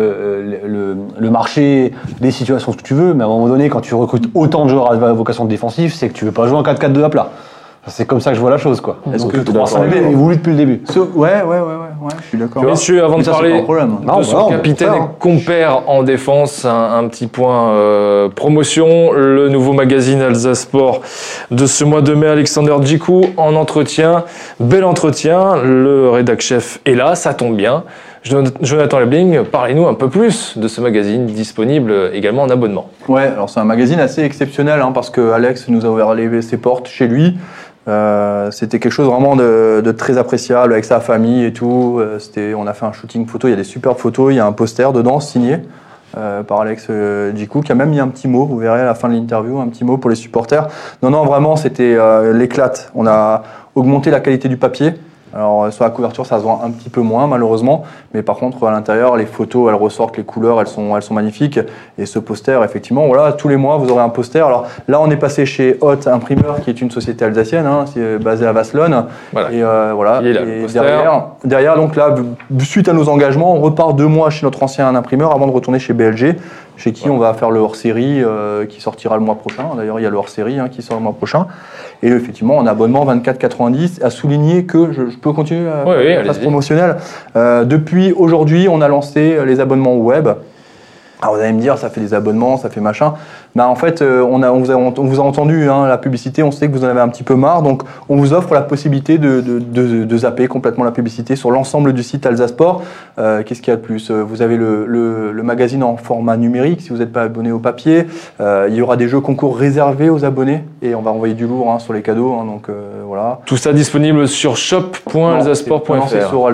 le marché, les situations, ce que tu veux, mais à un moment donné, quand tu recrutes autant de joueurs à vocation défensive, c'est que tu veux pas jouer en 4-4-2 à plat. C'est comme ça que je vois la chose, quoi. Est-ce Donc, que 3-5 est voulu depuis le début. Ouais, je suis d'accord. Messieurs, avant de Ça, c'est pas parler un problème. de son capitaine et compère en défense, un petit point promotion, le nouveau magazine Alsace Sport de ce mois de mai, Alexander Djikou en entretien, bel entretien, le rédac-chef est là, ça tombe bien. Jonathan Lebling, parlez-nous un peu plus de ce magazine disponible également en abonnement. Ouais, alors c'est un magazine assez exceptionnel parce que Alex nous a ouvert ses portes chez lui. C'était quelque chose vraiment de très appréciable avec sa famille et tout. On a fait un shooting photo, il y a des superbes photos, il y a un poster dedans signé par Alex Djikou qui a même mis un petit mot, vous verrez à la fin de l'interview, un petit mot pour les supporters. Non, vraiment, c'était l'éclate. On a augmenté la qualité du papier. Alors sur la couverture, ça se voit un petit peu moins malheureusement, mais par contre à l'intérieur, les photos, elles ressortent, les couleurs, elles sont magnifiques. Et ce poster, effectivement, voilà, tous les mois, vous aurez un poster. Alors là, on est passé chez Hot Imprimeur, qui est une société alsacienne, c'est basée à Vasselonne. Voilà. Et voilà. Il est là, le Et poster. derrière, donc là, suite à nos engagements, on repart 2 mois chez notre ancien imprimeur avant de retourner chez BLG, chez qui on va faire le hors-série qui sortira le mois prochain. D'ailleurs, il y a le hors-série qui sort le mois prochain. Et effectivement, en abonnement 24,90, à souligner que je peux continuer la phase promotionnelle. Depuis aujourd'hui, on a lancé les abonnements web. Alors vous allez me dire, ça fait des abonnements, ça fait machin. Ben, en fait, on vous a entendu la publicité, on sait que vous en avez un petit peu marre, donc on vous offre la possibilité de zapper complètement la publicité sur l'ensemble du site Alsasport. Qu'est-ce qu'il y a de plus ? Vous avez le magazine en format numérique, si vous n'êtes pas abonné au papier. Il y aura des jeux concours réservés aux abonnés, et on va envoyer du lourd sur les cadeaux, donc voilà. Tout ça disponible sur shop.alsasport.fr. C'est sur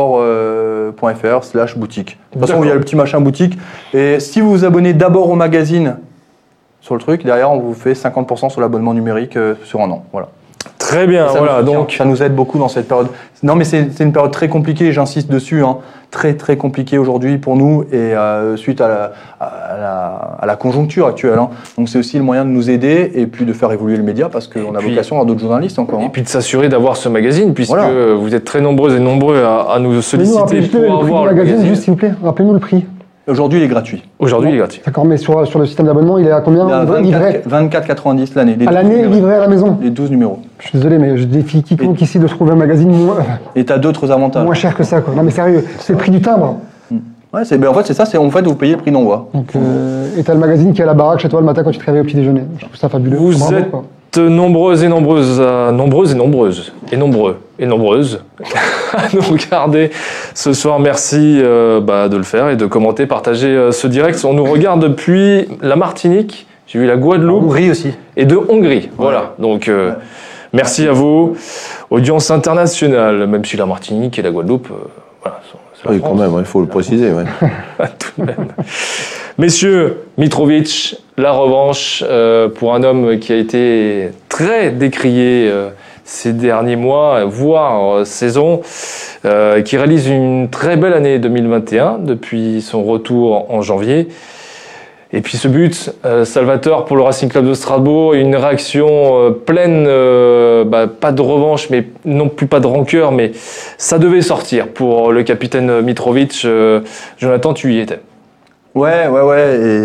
alsasport.fr/boutique. De toute façon, il y a le petit machin boutique. Et si vous vous abonnez d'abord au magazine sur le truc, derrière, on vous fait 50% sur l'abonnement numérique sur un an. Voilà. Très bien, voilà. Donc, ça nous aide beaucoup dans cette période. Non, mais c'est une période très compliquée, j'insiste dessus. Très, très compliquée aujourd'hui pour nous et suite à la conjoncture actuelle. Donc, c'est aussi le moyen de nous aider et puis de faire évoluer le média parce qu'on a vocation à d'autres journalistes encore. Et puis de s'assurer d'avoir ce magazine puisque vous êtes très nombreuses et nombreux à nous solliciter pour avoir le magazine. Juste, s'il vous plaît, rappelez-nous le prix. Aujourd'hui, il est gratuit. Aujourd'hui, il est gratuit. D'accord, mais sur le système d'abonnement, il est à combien? Il est à 24,90 l'année. À l'année, livré à la maison. Les 12 numéros. Je suis désolé, mais je défie quiconque ici de trouver un magazine et tu as d'autres avantages. Moins cher que ça, quoi. Non, mais sérieux, c'est le prix du timbre. Ouais, en fait, c'est ça, vous payez le prix d'envoi. Donc, et tu as le magazine qui est à la baraque chez toi le matin quand tu te réveilles au petit déjeuner. Je trouve ça fabuleux. Vous êtes nombreuses et nombreuses à nous regarder ce soir. Merci de le faire et de commenter, partager ce direct. On nous regarde depuis la Martinique, j'ai vu la Guadeloupe. Hongrie aussi. Et de Hongrie. Voilà. Donc, merci à vous. Audience internationale, même si la Martinique et la Guadeloupe, oui, quand même, il faut le préciser. Ouais. Tout de même. Messieurs, Mitrovic, la revanche pour un homme qui a été très décrié ces derniers mois, voire saison, qui réalise une très belle année 2021 depuis son retour en janvier. Et puis ce but, salvateur pour le Racing Club de Strasbourg, une réaction pleine, pas de revanche, mais non plus pas de rancœur, mais ça devait sortir pour le capitaine Mitrovic. Jonathan, tu y étais. Ouais, et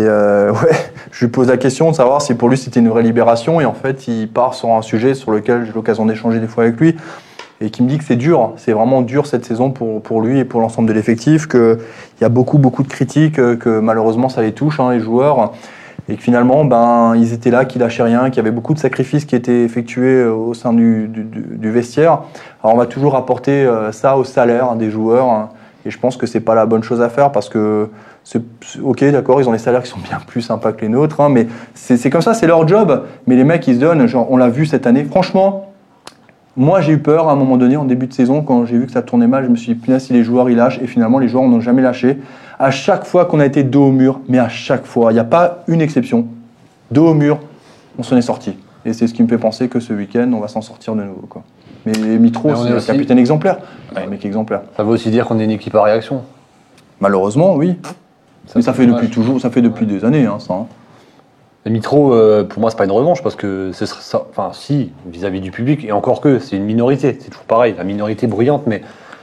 je lui pose la question de savoir si pour lui c'était une vraie libération, et en fait il part sur un sujet sur lequel j'ai l'occasion d'échanger des fois avec lui, et qui me dit que c'est dur, c'est vraiment dur cette saison pour lui et pour l'ensemble de l'effectif, qu'il y a beaucoup de critiques, que malheureusement ça les touche, les joueurs, et que finalement ils étaient là, qu'ils lâchaient rien, qu'il y avait beaucoup de sacrifices qui étaient effectués au sein du vestiaire. Alors on va toujours apporter ça au salaire des joueurs, et je pense que c'est pas la bonne chose à faire parce que ok, d'accord, ils ont des salaires qui sont bien plus sympas que les nôtres, mais c'est comme ça, c'est leur job. Mais les mecs, ils se donnent, on l'a vu cette année. Franchement, moi, j'ai eu peur à un moment donné, en début de saison, quand j'ai vu que ça tournait mal, je me suis dit, putain, si les joueurs, ils lâchent. Et finalement, les joueurs n'ont jamais lâché. À chaque fois qu'on a été dos au mur, mais à chaque fois, il n'y a pas une exception. Dos au mur, on s'en est sorti. Et c'est ce qui me fait penser que ce week-end, on va s'en sortir de nouveau, quoi. Mais Mitro, c'est un capitaine exemplaire. Un mec exemplaire. Ça veut aussi dire qu'on est une équipe à réaction. Malheureusement, oui. Mais ça fait depuis toujours, ça fait depuis des années, ça. Et Mitro, pour moi, c'est pas une revanche parce que ce serait ça. Enfin, si, vis-à-vis du public, et encore que c'est une minorité, c'est toujours pareil, la minorité bruyante. Mais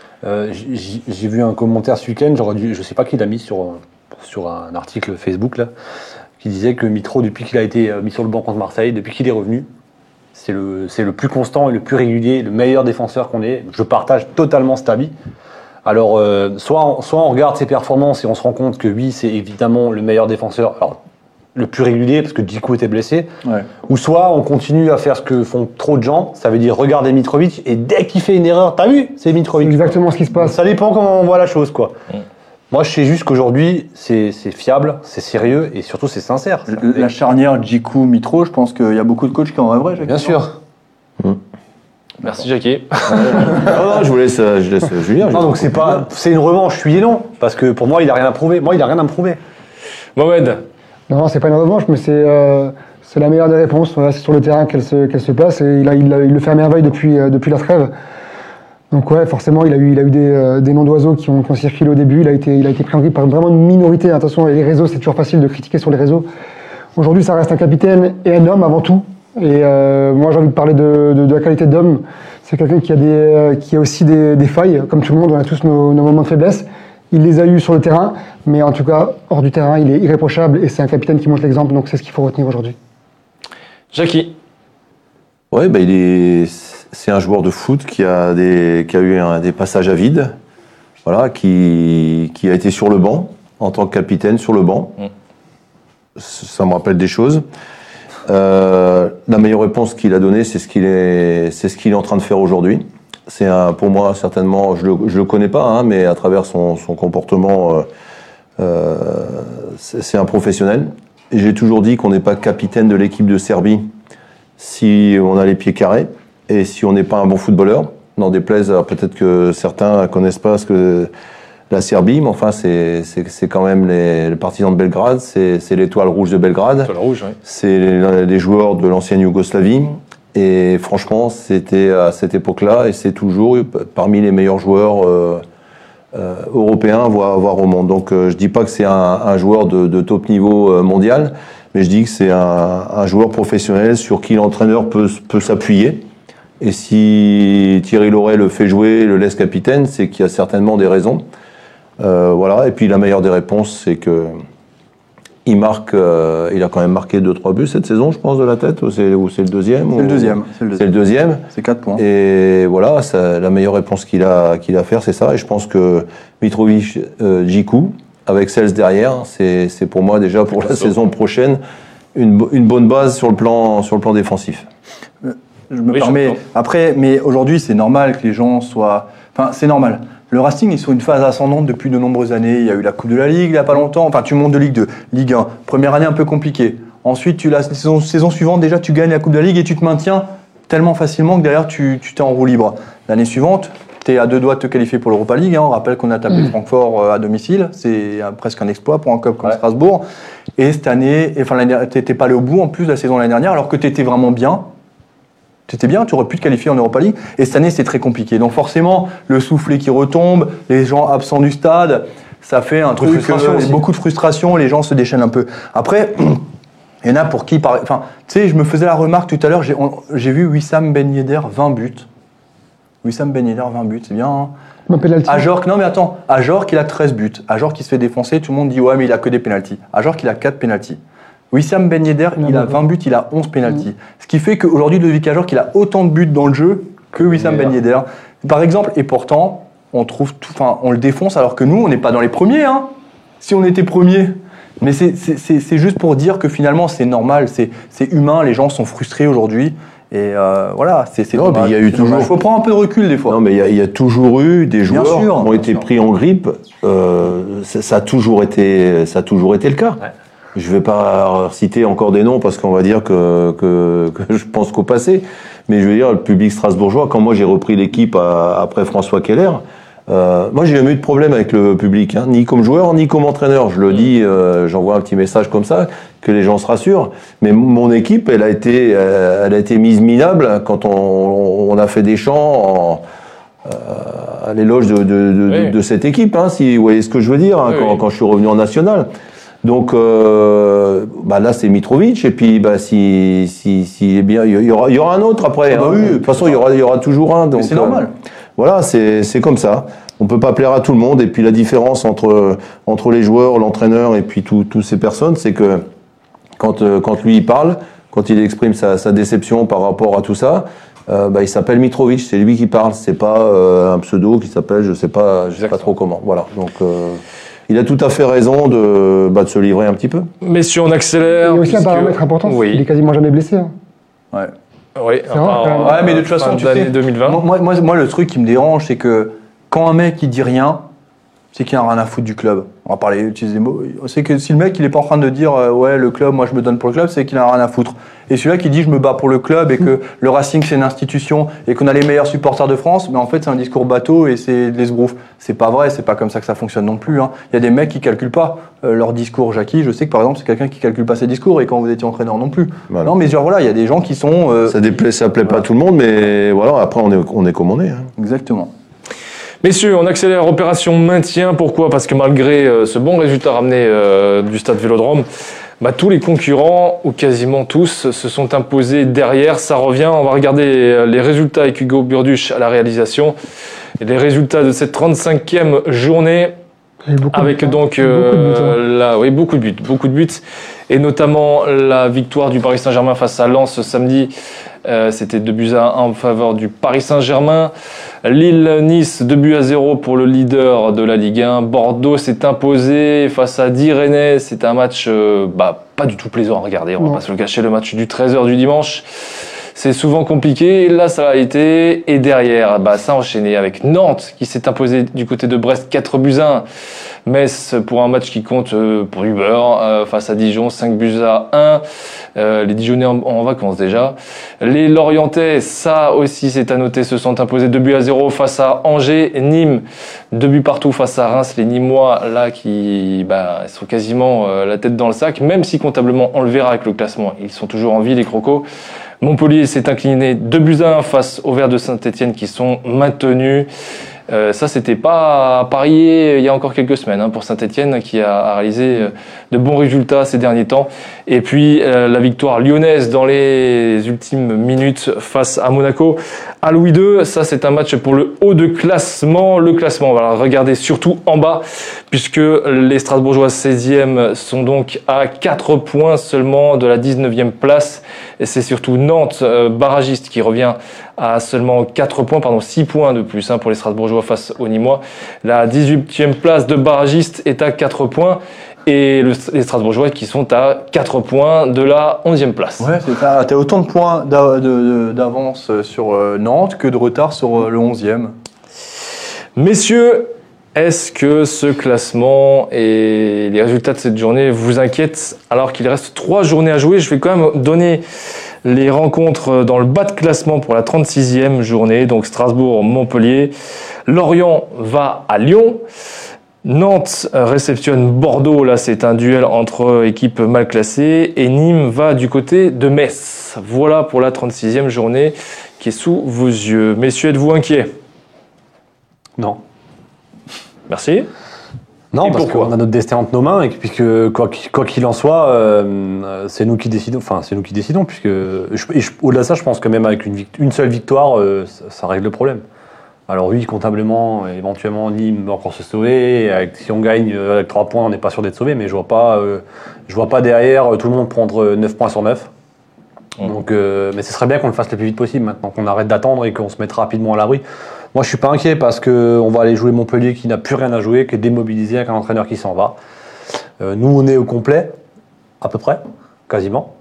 j'ai vu un commentaire ce week-end, je sais pas qui l'a mis sur un article Facebook là, qui disait que Mitro, depuis qu'il a été mis sur le banc contre Marseille, depuis qu'il est revenu, c'est le plus constant et le plus régulier, le meilleur défenseur qu'on ait. Je partage totalement cet avis. Alors, soit on regarde ses performances et on se rend compte que oui, c'est évidemment le meilleur défenseur, alors, le plus régulier parce que Djikou était blessé, ou soit on continue à faire ce que font trop de gens, ça veut dire regarder Mitrovic et dès qu'il fait une erreur, t'as vu, c'est Mitrovic. C'est exactement ce qui se passe. Ça dépend comment on voit la chose, quoi. Moi, je sais juste qu'aujourd'hui, c'est fiable, c'est sérieux et surtout c'est sincère. La charnière Djikou-Mitro, je pense qu'il y a beaucoup de coachs qui en rêveraient. Bien sûr. Merci Jackie. Non, je laisse Julien. Non, donc c'est une revanche, oui et non. Parce que pour moi, il n'a rien à prouver. Moi, il n'a rien à me prouver. Mohamed. Non, c'est pas une revanche, mais c'est la meilleure des réponses. Voilà, c'est sur le terrain qu'elle se passe et il le fait à merveille depuis la trêve. Donc ouais, forcément, il a eu des noms d'oiseaux qui ont circulé au début. Il a été pris en grippe par vraiment une minorité. Attention, les réseaux, c'est toujours facile de critiquer sur les réseaux. Aujourd'hui, ça reste un capitaine et un homme avant tout. Et moi, j'ai envie de parler de la qualité d'homme. C'est quelqu'un qui a aussi des failles. Comme tout le monde, on a tous nos moments de faiblesse. Il les a eus sur le terrain, mais en tout cas, hors du terrain, il est irréprochable et c'est un capitaine qui montre l'exemple. Donc c'est ce qu'il faut retenir aujourd'hui. Jackie. Ouais, c'est un joueur de foot qui a eu des passages à vide, voilà, qui a été sur le banc en tant que capitaine sur le banc. Ça me rappelle des choses. La meilleure réponse qu'il a donnée, c'est ce qu'il est en train de faire aujourd'hui. C'est pour moi certainement, je le connais pas, hein, mais à travers son comportement, c'est un professionnel. Et j'ai toujours dit qu'on n'est pas capitaine de l'équipe de Serbie si on a les pieds carrés et si on n'est pas un bon footballeur. N'en déplaise, peut-être que certains connaissent pas ce que la Serbie, mais enfin c'est quand même les partisans de Belgrade, c'est l'étoile rouge de Belgrade. L'étoile rouge, oui. C'est des joueurs de l'ancienne Yougoslavie. Et franchement, c'était à cette époque-là, et c'est toujours parmi les meilleurs joueurs européens, voire au monde. Donc je dis pas que c'est un joueur de top niveau mondial, mais je dis que c'est un joueur professionnel sur qui l'entraîneur peut s'appuyer. Et si Thierry Laurey le fait jouer, le laisse capitaine, c'est qu'il y a certainement des raisons. Voilà. Et puis la meilleure des réponses, c'est que il a quand même marqué 2-3 buts cette saison, je pense, de la tête, ou c'est le deuxième? C'est le deuxième. C'est le deuxième. C'est 4 points. Et voilà, la meilleure réponse qu'il a à faire, c'est ça. Et je pense que Mitrovic, Djikou, avec Sels derrière, c'est pour moi déjà pour la saison prochaine une bonne base sur le plan défensif. Je me permets. Après, mais aujourd'hui, c'est normal que les gens soient. Enfin, c'est normal. Le Racing est sur une phase ascendante depuis de nombreuses années. Il y a eu la Coupe de la Ligue il n'y a pas longtemps. Enfin, tu montes de Ligue 2, Ligue 1. Première année un peu compliquée. Ensuite, la saison suivante, déjà, tu gagnes la Coupe de la Ligue et tu te maintiens tellement facilement que derrière, tu t'es en roue libre. L'année suivante, tu es à 2 doigts de te qualifier pour l'Europa League. Hein. On rappelle qu'on a tapé Francfort à domicile. C'est presque un exploit pour un club comme Strasbourg. Et cette année, tu n'étais pas allé au bout en plus de la saison l'année dernière, alors que tu étais vraiment bien. Tu étais bien, tu aurais pu te qualifier en Europa League. Et cette année, c'est très compliqué. Donc forcément, le soufflet qui retombe, les gens absents du stade, ça fait un truc, beaucoup de frustration, les gens se déchaînent un peu. Après, il y en a pour qui... Enfin, tu sais, je me faisais la remarque tout à l'heure, j'ai vu Wissam Ben Yedder, 20 buts. Wissam Ben Yedder, 20 buts, c'est bien. Hein. Ajorc, non mais attends, Ajorc, il a 13 buts. Ajorc, il se fait défoncer, tout le monde dit ouais, mais il a que des pénaltys. Ajorc, il a 4 pénaltys. Wissam Ben Yedder, il a 20 buts, il a 11 pénaltys. Ce qui fait qu'aujourd'hui, Ludovic Ajorc, il a autant de buts dans le jeu que Wissam Ben Yedder. Par exemple, et pourtant, on le défonce alors que nous, on n'est pas dans les premiers. Hein, si on était premiers. Mais c'est juste pour dire que finalement, c'est normal, c'est humain, les gens sont frustrés aujourd'hui. Et voilà, c'est non, il y a eu toujours. Il faut prendre un peu de recul des fois. Non, mais il y a toujours eu des joueurs qui ont été pris en grippe. Ça a toujours été le cas. Ouais. Je ne vais pas citer encore des noms parce qu'on va dire que je pense qu'au passé. Mais je veux dire, le public strasbourgeois, quand moi j'ai repris l'équipe après François Keller, moi j'ai jamais eu de problème avec le public, hein, ni comme joueur, ni comme entraîneur. Je le dis, j'envoie un petit message comme ça, que les gens se rassurent. Mais mon équipe, elle a été mise minable quand on a fait des chants à l'éloge de cette équipe, hein, si vous voyez ce que je veux dire, hein, quand je suis revenu en national. Donc là c'est Mitrovic et puis si est bien il y aura un autre après. Hein. Oui, de toute façon il y aura toujours un. Donc c'est normal. Voilà, c'est comme ça. On peut pas plaire à tout le monde et puis la différence entre les joueurs, l'entraîneur et puis toutes ces personnes, c'est que quand lui il parle, quand il exprime sa déception par rapport à tout ça, il s'appelle Mitrovic, c'est lui qui parle, c'est pas un pseudo qui s'appelle je sais pas trop comment. Voilà. Donc il a tout à fait raison de se livrer un petit peu. Messieurs, on accélère. Il y a aussi un paramètre important, il est quasiment jamais blessé. Hein. Ouais. Oui, mais de toute façon, tu sais, 2020. Moi, le truc qui me dérange, c'est que quand un mec il dit rien, c'est qu'il n'a rien à foutre du club. On va parler, utiliser des mots. C'est que si le mec il est pas en train de dire ouais le club, moi je me donne pour le club, c'est qu'il n'a rien à foutre. Et celui-là qui dit je me bats pour le club et que le Racing c'est une institution et qu'on a les meilleurs supporters de France, mais en fait c'est un discours bateau et c'est de l'esbrouf. C'est pas vrai, c'est pas comme ça que ça fonctionne non plus. Il y a des mecs qui calculent pas leur discours. Jackie, je sais que par exemple c'est quelqu'un qui calcule pas ses discours et quand vous étiez entraîneur non plus. Voilà. Non mais genre voilà, il y a des gens qui sont. Ça plaît pas à tout le monde, mais voilà, après on est comme on est. Exactement. Messieurs, on accélère opération maintien. Pourquoi ? Parce que malgré ce bon résultat ramené du stade Vélodrome, tous les concurrents, ou quasiment tous, se sont imposés derrière. Ça revient. On va regarder les résultats avec Hugo Burduche à la réalisation. Et les résultats de cette 35e journée, avec donc beaucoup de buts. Et notamment la victoire du Paris Saint-Germain face à Lens ce samedi. C'était 2-1 en faveur du Paris Saint-Germain. Lille-Nice, 2-0 pour le leader de la Ligue 1. Bordeaux s'est imposé face à Rennes. C'était un match pas du tout plaisant à regarder. On va pas se le cacher, le match du 13h du dimanche. C'est souvent compliqué. Là, ça a été. Et derrière, ça a enchaîné avec Nantes qui s'est imposé du côté de Brest 4-1. Metz pour un match qui compte pour du beurre face à Dijon 5-1. Les Dijonnais en vacances déjà. Les Lorientais, ça aussi c'est à noter, se sont imposés 2-0 face à Angers. Nîmes, 2 buts partout face à Reims. Les Nîmois là qui sont quasiment la tête dans le sac, même si comptablement on le verra avec le classement, ils sont toujours en vie les Crocos. Montpellier s'est incliné 2-1 face aux Verts de Saint-Etienne qui sont maintenus. Ça, c'était pas parié il y a encore quelques semaines pour Saint-Etienne qui a réalisé de bons résultats ces derniers temps. Et puis la victoire lyonnaise dans les ultimes minutes face à Monaco. À Louis II, ça c'est un match pour le haut de classement. Le classement, on va le regarder surtout en bas puisque les Strasbourgeois 16e sont donc à 4 points seulement de la 19e place. Et c'est surtout Nantes, barragiste, qui revient à seulement 6 points de plus pour les Strasbourgeois face aux Nîmois. La 18e place de barragiste est à 4 points et les Strasbourgeois qui sont à 4 points de la 11e place. Ouais, c'est ça. T'as autant de points d'avance sur Nantes que de retard sur le 11e. Messieurs, est-ce que ce classement et les résultats de cette journée vous inquiètent alors qu'il reste 3 journées à jouer ? Je vais quand même donner les rencontres dans le bas de classement pour la 36e journée, donc Strasbourg-Montpellier. Lorient va à Lyon. Nantes réceptionne Bordeaux, là c'est un duel entre équipes mal classées. Et Nîmes va du côté de Metz. Voilà pour la 36e journée qui est sous vos yeux. Messieurs, êtes-vous inquiets ? Non. Merci. Non, et parce pourquoi ? qu'on a notre destin entre nos mains et puisque quoi qu'il en soit, c'est nous qui décidons. Enfin, c'est nous qui décidons puisque au-delà de ça, je pense que même avec une seule victoire, ça règle le problème. Alors oui, comptablement, éventuellement Nîmes va encore se sauver. Si on gagne avec 3 points, on n'est pas sûr d'être sauvé, mais je vois pas derrière tout le monde prendre 9 points sur 9. Donc, mais ce serait bien qu'on le fasse le plus vite possible maintenant, qu'on arrête d'attendre et qu'on se mette rapidement à l'abri. Moi, je suis pas inquiet parce qu'on va aller jouer Montpellier qui n'a plus rien à jouer, qui est démobilisé avec un entraîneur qui s'en va. Nous, on est au complet, à peu près, quasiment.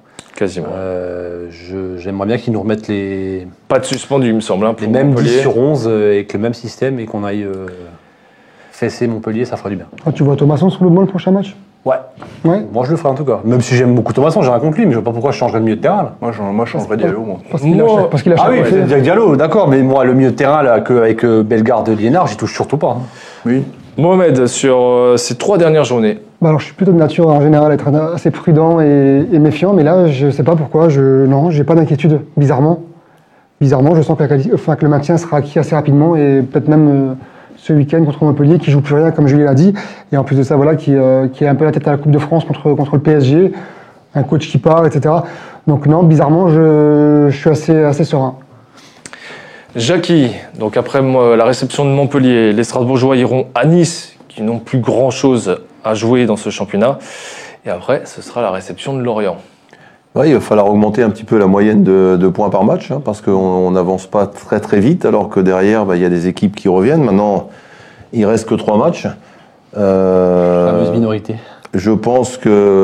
J'aimerais bien qu'ils nous remettent les... Pas de suspendu, il me semble. Les mêmes 10 sur 11 avec le même système et qu'on aille fesser Montpellier, ça fera du bien. Tu vois Thomasson sur le banc le prochain match ? Ouais. Moi, je le ferai en tout cas. Même si j'aime beaucoup Thomasson, j'ai rien contre lui, mais je vois pas pourquoi je changerais de milieu de terrain. Là. Moi, je changerais Diallo, moi. Parce qu'il a oui, c'est Diallo, d'accord, mais moi, le milieu de terrain là, avec Bellegarde et Liénard, j'y touche surtout pas. Oui. Mohamed, sur ces 3 dernières journées. Alors, je suis plutôt de nature en général à être assez prudent et méfiant, mais là, je sais pas pourquoi, j'ai pas d'inquiétude, bizarrement. Je sens que le maintien sera acquis assez rapidement et peut-être même ce week-end contre Montpellier qui joue plus rien, comme Julien l'a dit, et en plus de ça, voilà, qui a un peu la tête à la Coupe de France contre le PSG, un coach qui part, etc. Donc non, bizarrement, je suis assez serein. Jackie, donc après la réception de Montpellier, les Strasbourgeois iront à Nice, qui n'ont plus grand-chose à jouer dans ce championnat. Et après, ce sera la réception de Lorient. Oui, il va falloir augmenter un petit peu la moyenne de points par match, parce qu'on n'avance pas très très vite, alors que derrière, il y a des équipes qui reviennent. Maintenant, il reste que 3 matchs. Fameuse minorité. Je pense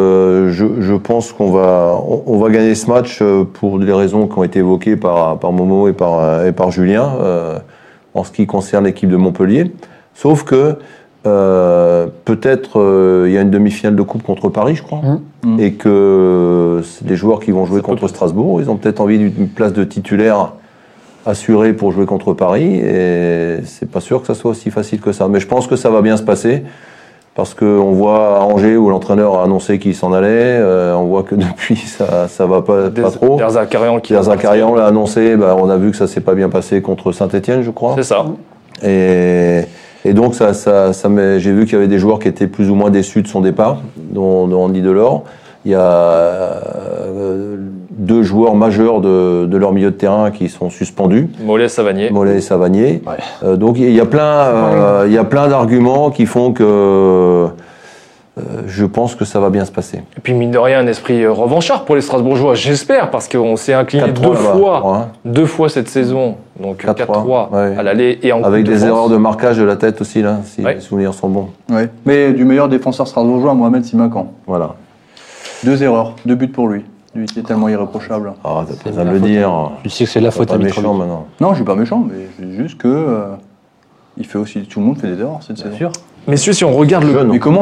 qu'on va gagner ce match pour les raisons qui ont été évoquées par Momo et par Julien en ce qui concerne l'équipe de Montpellier. Sauf que peut-être il y a une demi-finale de coupe contre Paris, je crois, et que les joueurs qui vont jouer contre Strasbourg, ils ont peut-être envie d'une place de titulaire assurée pour jouer contre Paris, et c'est pas sûr que ça soit aussi facile que ça. Mais je pense que ça va bien se passer, parce qu'on voit à Angers où l'entraîneur a annoncé qu'il s'en allait, on voit que depuis ça va pas trop. Derzakarian l'a annoncé, on a vu que ça s'est pas bien passé contre Saint-Etienne, je crois. C'est ça. Et donc j'ai vu qu'il y avait des joueurs qui étaient plus ou moins déçus de son départ, dont Andy Delors. Il y a 2 joueurs majeurs de leur milieu de terrain qui sont suspendus. Mollet et Savanier. Ouais. Donc il y a plein d'arguments qui font que je pense que ça va bien se passer. Et puis mine de rien, un esprit revanchard pour les Strasbourgeois, j'espère, parce qu'on s'est incliné 2 fois cette saison. Donc 4-3 à l'aller et en avec Coupe de des France. erreurs de marquage de la tête aussi, là, si les souvenirs sont bons. Ouais. Mais du meilleur défenseur strasbourgeois, Mohamed Simakan. Voilà. 2 erreurs, 2 buts pour lui. Lui qui est tellement irréprochable. Ah, t'as pas besoin de le dire. Tu sais que c'est la faute à Mitrovic. Méchant maintenant. Non, je suis pas méchant, mais c'est juste que il fait aussi. Tout le monde fait des erreurs cette saison. Sûr. Messieurs, si on regarde le... Mais comment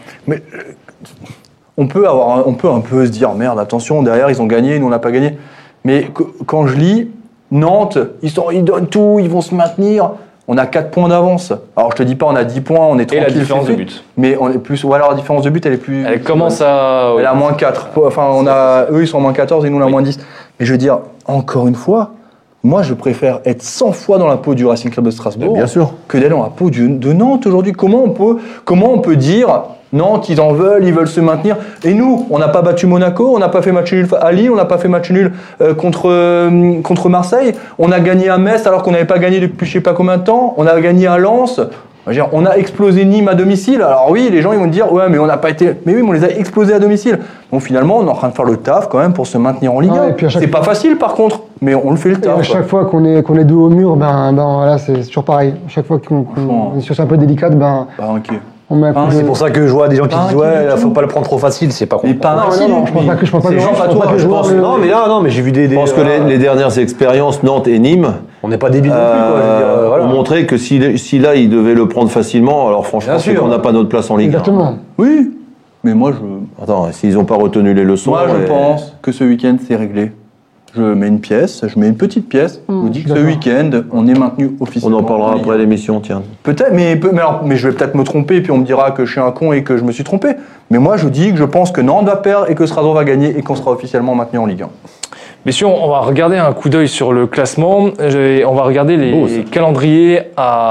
on peut un peu se dire merde, attention, derrière ils ont gagné, nous on n'a pas gagné. Mais quand je lis Nantes, ils donnent tout, ils vont se maintenir. On a 4 points d'avance. Alors je te dis pas on a 10 points, on est tranquille. Et la différence de but. Mais on est plus. Ou alors la différence de but elle est plus. Elle commence à... Elle est à moins 4. Enfin eux ils sont à moins 14 et nous on est à moins 10. Mais je veux dire, encore une fois, moi je préfère être 100 fois dans la peau du Racing Club de Strasbourg bien sûr. que d'être dans la peau de Nantes aujourd'hui. Comment on peut dire Nantes, ils en veulent, ils veulent se maintenir. Et nous, on n'a pas battu Monaco, on n'a pas fait match nul à Lille, on n'a pas fait match nul contre Marseille. On a gagné à Metz alors qu'on n'avait pas gagné depuis je sais pas combien de temps. On a gagné à Lens. On a explosé Nîmes à domicile. Alors oui, les gens ils vont dire ouais, mais on n'a pas été. Mais oui, mais on les a explosés à domicile. Donc finalement, on est en train de faire le taf quand même pour se maintenir en Ligue 1. C'est pas facile par contre, mais on le fait le taf. À chaque fois qu'on est dos au mur, voilà, c'est toujours pareil. À chaque fois qu'on est une situation un peu délicate, ok. on met un coup de... C'est pour ça que je vois des gens qui disent ouais, faut pas le prendre trop facile, c'est pas con. Mais pas Non, je pense pas que je pense pas que Non, mais j'ai vu des. Je pense que les dernières expériences, Nantes et Nîmes, on n'est pas débiles non plus, quoi. Je veux dire, voilà. ont montré que si là, ils devaient le prendre facilement, alors franchement, c'est qu'on n'a pas notre place en Ligue 1. Exactement. Oui, mais moi Attends, s'ils n'ont pas retenu les leçons... je pense que ce week-end, c'est réglé. Je mets une petite pièce, je me dis que ce week-end, on est maintenu officiellement. On en parlera après l'émission, tiens. Peut-être, mais je vais peut-être me tromper, et puis on me dira que je suis un con et que je me suis trompé. Mais moi, je dis que je pense que Nantes va perdre et que Strasbourg va gagner et qu'on sera officiellement maintenu en Ligue 1. Messieurs, on va regarder un coup d'œil sur le classement. On va regarder les calendriers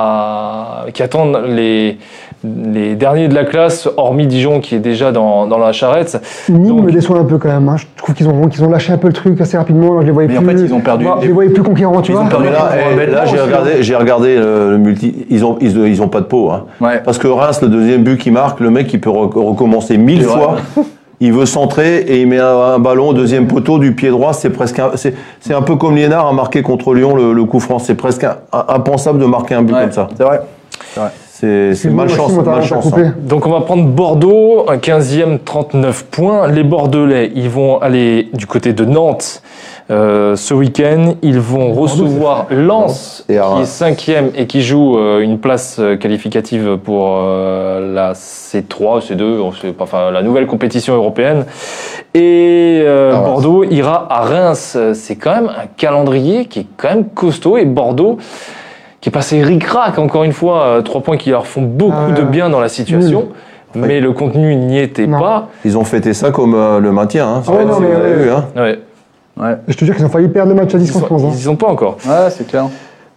qui attendent les derniers de la classe, hormis Dijon qui est déjà dans la charrette. Nîmes me déçoit un peu quand même. Je trouve qu'ils ont lâché un peu le truc assez rapidement. Je les voyais Mais plus. en fait, ils ont perdu. Je les voyais plus conquérants, tu vois. Là, j'ai regardé le multi. Ils ont pas de peau, hein. Ouais. Parce que Reims, le deuxième but qu'il marque, le mec, il peut recommencer 1000 fois. Il veut centrer et il met un ballon au deuxième poteau du pied droit. C'est presque c'est un peu comme Liénard a marqué contre Lyon le coup franc. C'est presque impensable de marquer un but comme ça. C'est vrai. C'est malchance. Donc on va prendre Bordeaux, un 15e, 39 points. Les Bordelais, ils vont aller du côté de Nantes ce week-end. Ils vont recevoir Lens, qui est 5e et qui joue une place qualificative pour la C3, C2, enfin la nouvelle compétition européenne. Et Bordeaux ira à Reims. C'est quand même un calendrier qui est quand même costaud. Et Bordeaux, qui est passé ric-rac, encore une fois, 3 points qui leur font beaucoup de bien dans la situation. Mais le contenu n'y était pas. Ils ont fêté ça comme le maintien. Hein. Ouais. Je te jure qu'ils ont failli perdre le match à distance. Ils n'y sont pas encore. Ouais, c'est clair.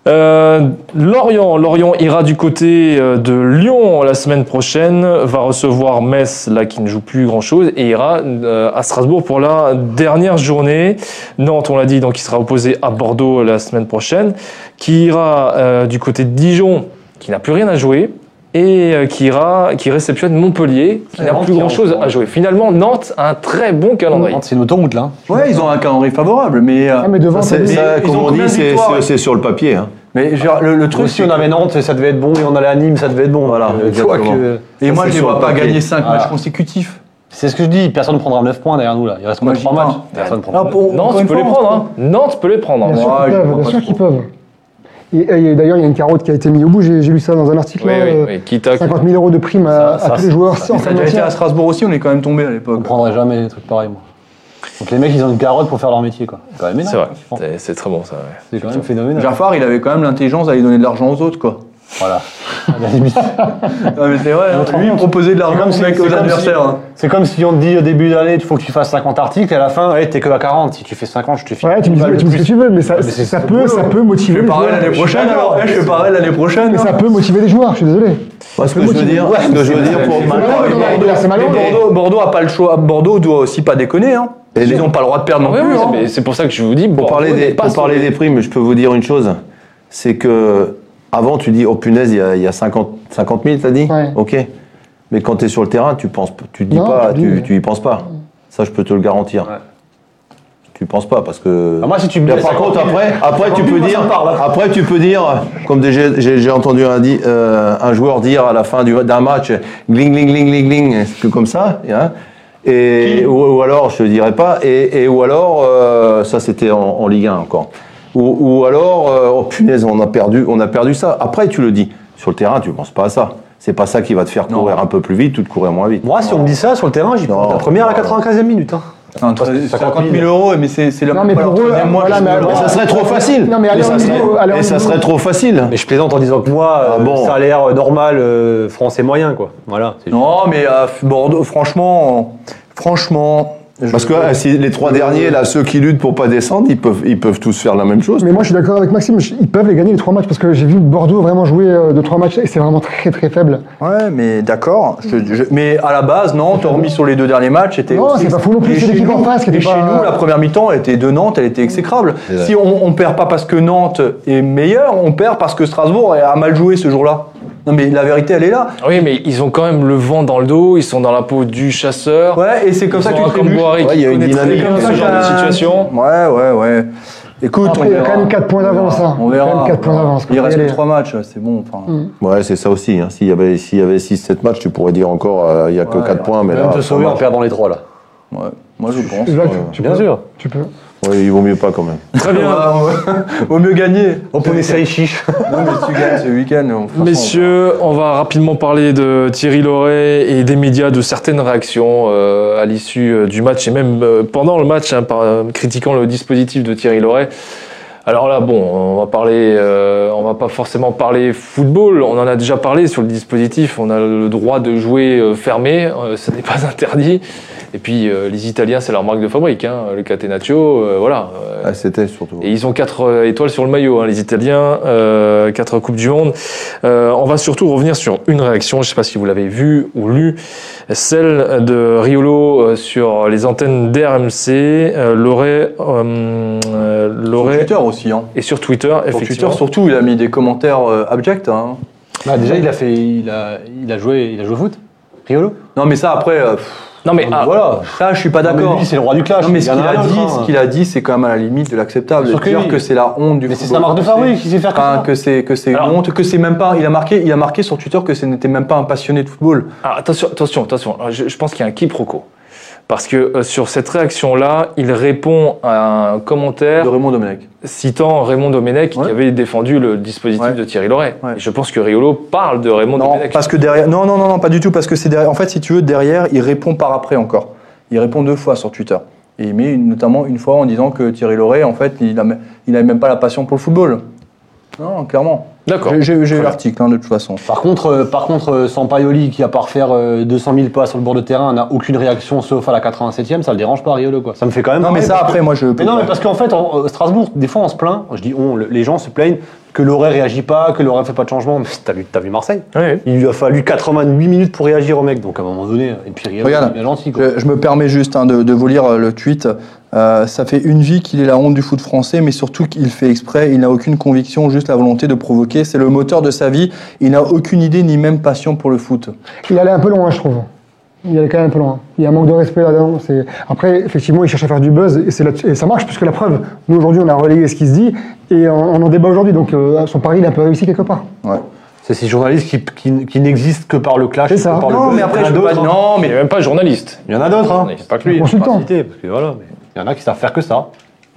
Lorient ira du côté de Lyon la semaine prochaine, va recevoir Metz là qui ne joue plus grand chose et ira à Strasbourg pour la dernière journée. Nantes, on l'a dit, donc il sera opposé à Bordeaux la semaine prochaine, qui ira du côté de Dijon qui n'a plus rien à jouer et qui réceptionne Montpellier qui n'a plus grand chose à jouer. Finalement, Nantes a un très bon calendrier. Nantes, c'est une autoroute là. Ouais, ils ont un calendrier favorable, mais devant, ça, comme on dit, c'est sur le papier. Hein. Mais le truc, si on avait Nantes, ça devait être bon, et on allait à Nîmes, ça devait être bon. Voilà. Et moi, je ne les vois pas gagner 5 matchs consécutifs. C'est ce que je dis, personne ne prendra 9 points derrière nous là. Il reste quoi, 3 matchs. Personne ne prendra. Nantes peut les prendre. Nantes peut les prendre. Bien sûr qu'ils peuvent. Et d'ailleurs, il y a une carotte qui a été mise au bout, j'ai lu ça dans un article. Oui, là, oui, quitte à 50 000 € de prime à tous les joueurs. Ça a déjà été à Strasbourg aussi, on est quand même tombé à l'époque. On prendrait jamais des trucs pareils, moi. Donc les mecs, ils ont une carotte pour faire leur métier, quoi. C'est quand même énorme. C'est vrai, c'est très bon ça. Ouais. C'est quand même phénoménal. Jaffar, il avait quand même l'intelligence d'aller donner de l'argent aux autres, quoi. Voilà. À la limite. Non, mais c'est vrai, lui, il me proposait de l'argent aux adversaires. Hein. C'est comme si on te dit au début d'année, il faut que tu fasses 50 articles, et à la fin, t'es que à 40. Si tu fais 50, je te file. Ouais, tu me dis ce que tu veux, mais ça peut motiver Je les fais pareil joueurs. l'année prochaine, alors. Je fais pareil l'année prochaine. Mais ça peut motiver les joueurs, je suis désolé. Moi, ce que je veux dire pour Bordeaux a pas le choix. Bordeaux doit aussi pas déconner. Hein. Ils n'ont pas le droit de perdre non plus. Hein. Mais c'est pour ça que je vous dis. Pour parler des primes, je peux vous dire une chose, c'est que avant tu dis oh punaise il y a 50 000 t'as dit, ouais. Ok, mais quand tu es sur le terrain tu y penses pas. Ça je peux te le garantir. Ouais. Tu penses pas parce que. Moi si tu me dis. Par contre après tu peux dire comme j'ai entendu un joueur dire à la fin d'un match gling gling gling gling gling comme ça. Hein, ou alors je te dirais pas ou alors ça c'était en Ligue 1 encore. Ou alors, oh punaise, on a perdu ça. Après, tu le dis. Sur le terrain, tu ne penses pas à ça. C'est pas ça qui va te faire courir un peu plus vite ou te courir moins vite. Moi, si on me dit ça, sur le terrain, j'y prends la première à 95e minute. Hein. 50 000 €, mais c'est la troisième mois. Mais ça serait trop facile. Non, mais ça serait trop facile. Mais je plaisante en disant que moi, salaire normal français moyen, quoi. Voilà. Non, mais Bordeaux, franchement. Parce que si les trois derniers, là, ceux qui luttent pour pas descendre, ils peuvent tous faire la même chose. Mais moi, je suis d'accord avec Maxime. Ils peuvent les gagner les 3 matchs parce que j'ai vu Bordeaux vraiment jouer de 3 matchs et c'est vraiment très très faible. Ouais, mais d'accord. Mais à la base, Nantes, hormis sur les 2 derniers matchs, était. Non, c'est pas fou non plus. C'est l'équipe en face qui était pas. Chez nous, la première mi-temps, elle était de Nantes, elle était exécrable. Si on perd pas parce que Nantes est meilleur, on perd parce que Strasbourg a mal joué ce jour-là. Non mais la vérité elle est là. Oui mais ils ont quand même le vent dans le dos, ils sont dans la peau du chasseur. Ouais et c'est comme ça que tu comme Boiré qui connaît très bien ce genre de situation. Ouais. Écoute, après, il y a quand même 4 points d'avance. On verra. 4 points d'avance. Il reste que 3 matchs, c'est bon. Ouais c'est ça aussi. Hein. S'il y avait 6-7 matchs, tu pourrais dire encore il y a que 4 points. Mais là, te sauver en perdant les 3 là. Ouais. Moi je pense. Bien sûr. Tu peux. Oui, il vaut mieux pas quand même. Très bien. Vaut mieux gagner. On peut essayer chiche. Non, mais tu gagnes ce week-end. Messieurs, on va rapidement parler de Thierry Laurey et des médias, de certaines réactions à l'issue du match et même pendant le match, critiquant le dispositif de Thierry Laurey. Alors là, bon, on va pas forcément parler football. On en a déjà parlé sur le dispositif. On a le droit de jouer fermé, ça n'est pas interdit. Et puis les Italiens, c'est leur marque de fabrique, hein, le Catenaccio, voilà. C'était surtout. Et ils ont 4 étoiles sur le maillot, hein, les Italiens, 4 Coupes du Monde. On va surtout revenir sur une réaction, je ne sais pas si vous l'avez vue ou lue, celle de Riolo sur les antennes d'RMC, Laurey. Sur Twitter aussi, hein. Et sur Twitter, effectivement. Sur Twitter surtout, il a mis des commentaires abjects. Hein. Bah, déjà, il a joué au foot, Riolo. Non, mais ça après. Non mais voilà, ça je suis pas d'accord. Lui, c'est le roi du clash. Non mais ce qu'il a dit, c'est quand même à la limite de l'acceptable. De dire que c'est la honte du football. Mais c'est sa marque de fabrique, il sait faire que c'est une honte, que c'est même pas. Il a marqué sur Twitter que ce n'était même pas un passionné de football. Alors, attention. Je pense qu'il y a un quiproquo. Parce que sur cette réaction-là, il répond à un commentaire de Raymond Domenech, citant Raymond Domenech qui avait défendu le dispositif de Thierry Laurey. Ouais. Et je pense que Riolo parle de Raymond Domenech. Parce que derrière, non, pas du tout, parce que c'est derrière. En fait, si tu veux, derrière, il répond par après encore. Il répond 2 fois sur Twitter. Et il met notamment une fois en disant que Thierry Laurey, en fait, il n'a même pas la passion pour le football. Non, clairement. D'accord. J'ai eu l'article, de toute façon. Par contre, Sampaoli, qui à part faire 200 000 pas sur le bord de terrain, n'a aucune réaction sauf à la 87e, ça le dérange pas, Riolo, quoi. Ça me fait quand même. Non, mais ça, après, moi, je. Mais non, mais parce qu'en fait, Strasbourg, des fois, on se plaint. Je dis les gens se plaignent que Laurey réagit pas, que Laurey fait pas de changement. Mais t'as vu Marseille. Oui. Il lui a fallu 88 minutes pour réagir au mec. Donc à un moment donné, et puis Riolo, il est bien gentil, quoi. Je me permets juste de vous lire le tweet. Ça fait une vie qu'il est la honte du foot français, mais surtout qu'il fait exprès. Il n'a aucune conviction, juste la volonté de provoquer. C'est le moteur de sa vie. Il n'a aucune idée ni même passion pour le foot. Il allait un peu loin, je trouve. Il allait quand même un peu loin. Il y a un manque de respect là-dedans. Après, effectivement, il cherche à faire du buzz et ça marche, puisque la preuve, nous aujourd'hui, on a relayé ce qui se dit et on en débat aujourd'hui. Donc son pari, il a un peu réussi quelque part. Ouais. C'est ces journalistes qui n'existent que par le clash. C'est ça. Non, mais après, non, mais il n'y a même pas journaliste. Il y en a d'autres, hein. Pas que lui. Consultant. Parce que voilà, mais il y en a qui savent faire que ça.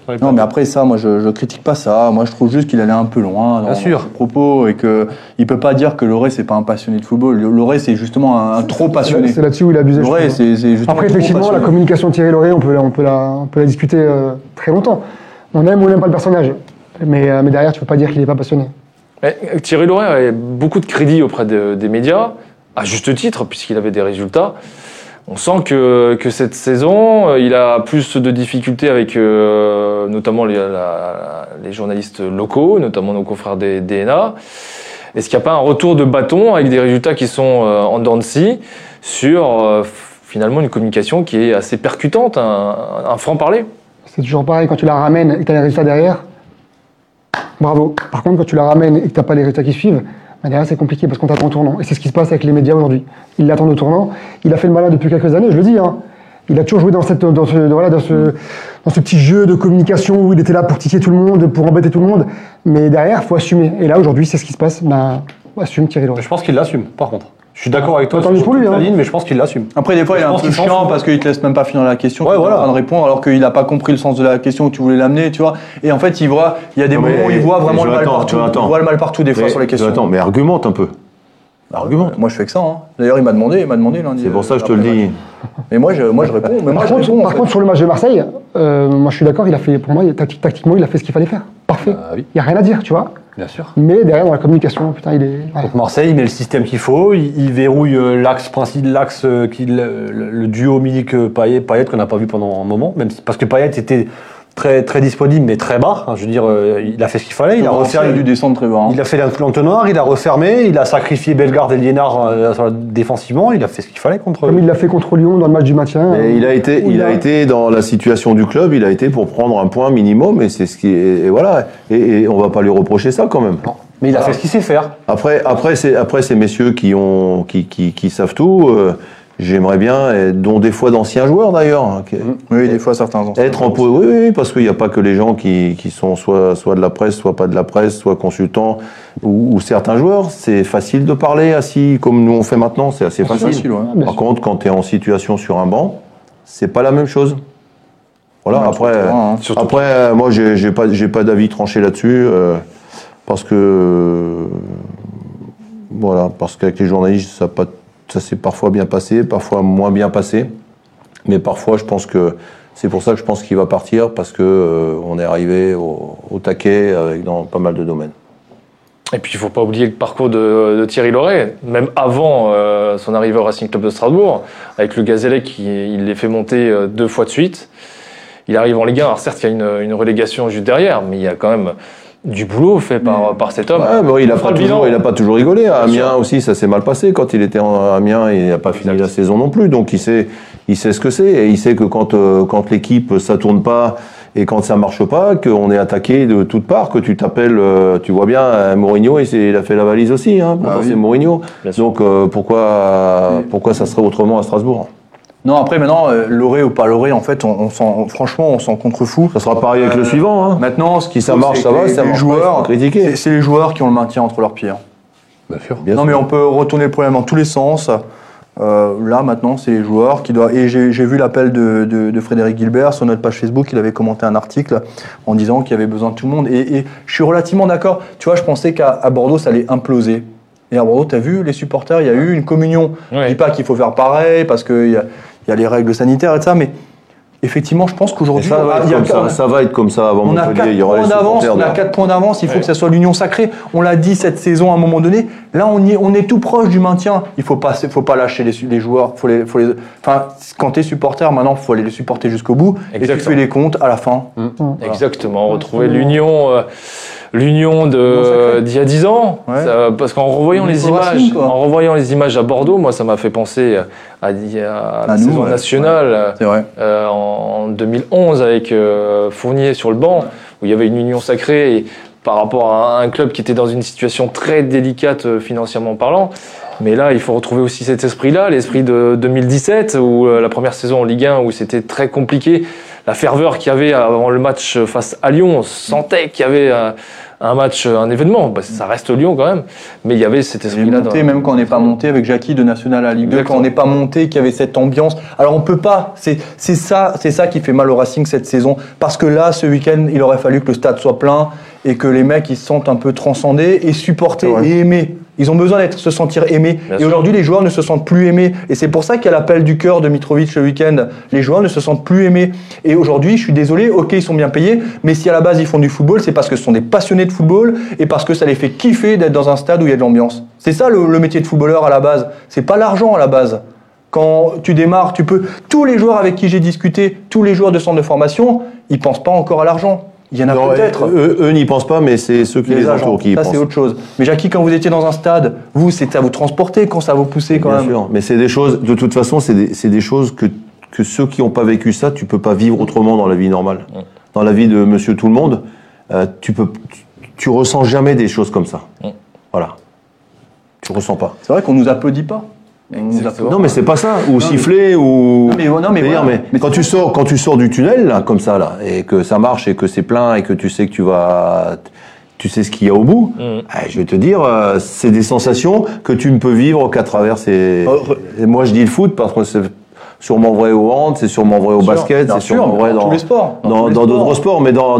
Non, mais après ça, moi je critique pas ça. Moi je trouve juste qu'il allait un peu loin dans ses propos et qu'il peut pas dire que Loré c'est pas un passionné de football. Loré c'est justement un trop passionné. C'est là-dessus où il a abusé. Loré, c'est justement après effectivement la communication de Thierry Loré, on peut la discuter très longtemps. On aime ou on n'aime pas le personnage, mais derrière tu peux pas dire qu'il est pas passionné. Mais Thierry Loré avait beaucoup de crédit auprès des médias, à juste titre puisqu'il avait des résultats. On sent que cette saison, il a plus de difficultés avec notamment les journalistes locaux, notamment nos confrères des DNA. Est-ce qu'il n'y a pas un retour de bâton avec des résultats qui sont en dents de scie sur finalement une communication qui est assez percutante, un franc-parler? C'est toujours pareil, quand tu la ramènes et que tu as les résultats derrière, bravo. Par contre, quand tu la ramènes et que tu n'as pas les résultats qui suivent, derrière, c'est compliqué parce qu'on t'attend au tournant. Et c'est ce qui se passe avec les médias aujourd'hui. Ils l'attendent au tournant. Il a fait le malin depuis quelques années, je le dis. Hein. Il a toujours joué dans ce petit jeu de communication où il était là pour titiller tout le monde, pour embêter tout le monde. Mais derrière, il faut assumer. Et là, aujourd'hui, c'est ce qui se passe. Assume Thierry Loré. Je pense qu'il l'assume, par contre. Je suis d'accord avec toi sur pour lui, hein. Ligne, mais je pense qu'il l'assume. Après, des fois, il est un peu chiant parce qu'il te laisse même pas finir la question. Ouais, voilà. En train de répondre alors qu'il n'a pas compris le sens de la question où tu voulais l'amener, tu vois. Et en fait, il y a des moments où il voit vraiment le mal partout. Il voit le mal partout des fois sur les questions. Attends, mais argumente un peu. Argumente. Moi, je fais que ça. Hein. D'ailleurs, il m'a demandé lundi. C'est pour ça que je te le dis. Mais moi, je réponds. Mais par contre, sur le match de Marseille, moi, je suis d'accord. Pour moi, tactiquement, il a fait ce qu'il fallait faire. Parfait. Il n'y a rien à dire, tu vois. Bien sûr. Mais derrière, dans la communication, putain, il est. Ouais. Donc Marseille, il met le système qu'il faut, il verrouille l'axe principal, le duo Milik-Payet qu'on n'a pas vu pendant un moment, même parce que Payet était très, très disponible, mais très bas. Je veux dire, il a fait ce qu'il fallait. Il a dû descendre très bas. Hein. Il a fait l'entonnoir, il a refermé, il a sacrifié Bellegarde et Liénard défensivement. Il a fait ce qu'il fallait contre. Comme il l'a fait contre Lyon dans le match du maintien. Mais il a été dans la situation du club. Il a été pour prendre un point minimum, et c'est ce qui et voilà. Et on va pas lui reprocher ça quand même. Non. Mais il a fait ce qu'il sait faire. Après ces messieurs qui savent tout. J'aimerais bien, dont des fois d'anciens joueurs d'ailleurs. Oui, des fois certains anciens. Être en pause, oui, parce qu'il n'y a pas que les gens qui sont soit de la presse, soit pas de la presse, soit consultants, ou certains joueurs. C'est facile de parler assis, comme nous on fait maintenant, c'est assez facile. Ouais. Par contre, quand tu es en situation sur un banc, c'est pas la même chose. Voilà, après, moi j'ai pas d'avis tranché là-dessus, parce qu'avec les journalistes, ça s'est parfois bien passé, parfois moins bien passé. Mais parfois, je pense que c'est pour ça que je pense qu'il va partir, parce que on est arrivé au taquet dans pas mal de domaines. Et puis, il ne faut pas oublier le parcours de Thierry Loré, même avant son arrivée au Racing Club de Strasbourg, avec le Gazélec, il les fait monter 2 fois de suite. Il arrive en Ligue 1. Alors certes, il y a une relégation juste derrière, mais il y a quand même du boulot fait par cet homme. Ouais, bon, il n'a pas toujours rigolé. À Amiens aussi, ça s'est mal passé. Quand il était à Amiens, il n'a pas fini la saison non plus. Donc il sait ce que c'est. Et il sait que quand l'équipe, ça tourne pas, et quand ça marche pas, qu'on est attaqué de toutes parts, que tu t'appelles, tu vois bien, Mourinho, il a fait la valise aussi. Hein, c'est Mourinho. Donc pourquoi ça serait autrement à Strasbourg? Non, après, maintenant, Loré ou pas Loré, en fait, franchement, on s'en contrefout. Ça sera pareil avec le suivant. Hein. Maintenant, ce qui ça marche, ça va. Les joueurs, c'est les joueurs qui ont le maintien entre leurs pieds. Hein. Bien sûr. Non, mais on peut retourner le problème dans tous les sens. Là, maintenant, c'est les joueurs qui doivent. Et j'ai vu l'appel de Frédéric Guilbert sur notre page Facebook. Il avait commenté un article en disant qu'il y avait besoin de tout le monde. Et je suis relativement d'accord. Tu vois, je pensais qu'à Bordeaux, ça allait imploser. Et à Bordeaux, tu as vu, les supporters, il y a eu une communion. Ouais. Je dis pas qu'il faut faire pareil parce qu'il y a les règles sanitaires et tout ça, mais effectivement, je pense qu'aujourd'hui, ça va être comme ça avant Montpellier. Il y aura les supporters. On a 4 points d'avance, il faut que ça soit l'union sacrée. On l'a dit cette saison à un moment donné. Là, on est tout proche du maintien. Il faut pas lâcher les joueurs. Quand tu es supporter, maintenant, il faut aller les supporter jusqu'au bout. Exactement. Et tu fais les comptes à la fin. Voilà. Exactement. Retrouver l'union d'il y a 10 ans. Ouais. Parce qu'en revoyant les images à Bordeaux, moi, ça m'a fait penser à la saison nationale en 2011 avec Fournier sur le banc, où il y avait une union sacrée et par rapport à un club qui était dans une situation très délicate financièrement parlant. Mais là, il faut retrouver aussi cet esprit-là, l'esprit de 2017, où la première saison en Ligue 1, où c'était très compliqué. La ferveur qu'il y avait avant le match face à Lyon, on sentait qu'il y avait un match, un événement. Bah, ça reste Lyon quand même, mais il y avait cet esprit-là. Même quand on n'est pas monté avec Jackie de National à Ligue 2, quand on n'est pas monté, qu'il y avait cette ambiance. Alors on peut pas. C'est ça qui fait mal au Racing cette saison, parce que là, ce week-end, il aurait fallu que le stade soit plein et que les mecs ils se sentent un peu transcendés et supportés et aimés. Ils ont besoin se sentir aimés. Bien et sûr. aujourd'hui, les joueurs ne se sentent plus aimés. Et c'est pour ça qu'il y a l'appel du cœur de Mitrovic le week-end. Les joueurs ne se sentent plus aimés. Et aujourd'hui, je suis désolé, ok, ils sont bien payés, mais si à la base ils font du football, c'est parce que ce sont des passionnés de football et parce que ça les fait kiffer d'être dans un stade où il y a de l'ambiance. C'est ça le métier de footballeur à la base. C'est pas l'argent à la base. Quand tu démarres, tous les joueurs avec qui j'ai discuté, tous les joueurs de centre de formation, ils pensent pas encore à l'argent. Il y en a peut-être. Eux n'y pensent pas, mais c'est ceux qui les entourent qui y pensent. Ça, c'est autre chose. Mais Jackie, quand vous étiez dans un stade, c'est à vous transporter quand ça vous poussait quand Bien même. sûr, mais c'est des choses, de toute façon, c'est des choses que ceux qui n'ont pas vécu ça, tu peux pas vivre autrement dans la vie normale. Dans la vie de monsieur tout le monde, tu ressens jamais des choses comme ça. Voilà. Tu ressens pas. C'est vrai qu'on nous applaudit pas. Non, mais c'est pas ça. Ou siffler, ou. Non, mais voilà. Mais quand tu sors du tunnel, là, comme ça, là, et que ça marche, et que c'est plein, et que tu sais tu sais ce qu'il y a au bout, je vais te dire, c'est des sensations que tu ne peux vivre qu'à travers ces. Et moi, je dis le foot parce que c'est sûrement vrai au hand, c'est sûrement vrai au basket, c'est sûrement vrai dans tous les sports. Dans d'autres sports, mais dans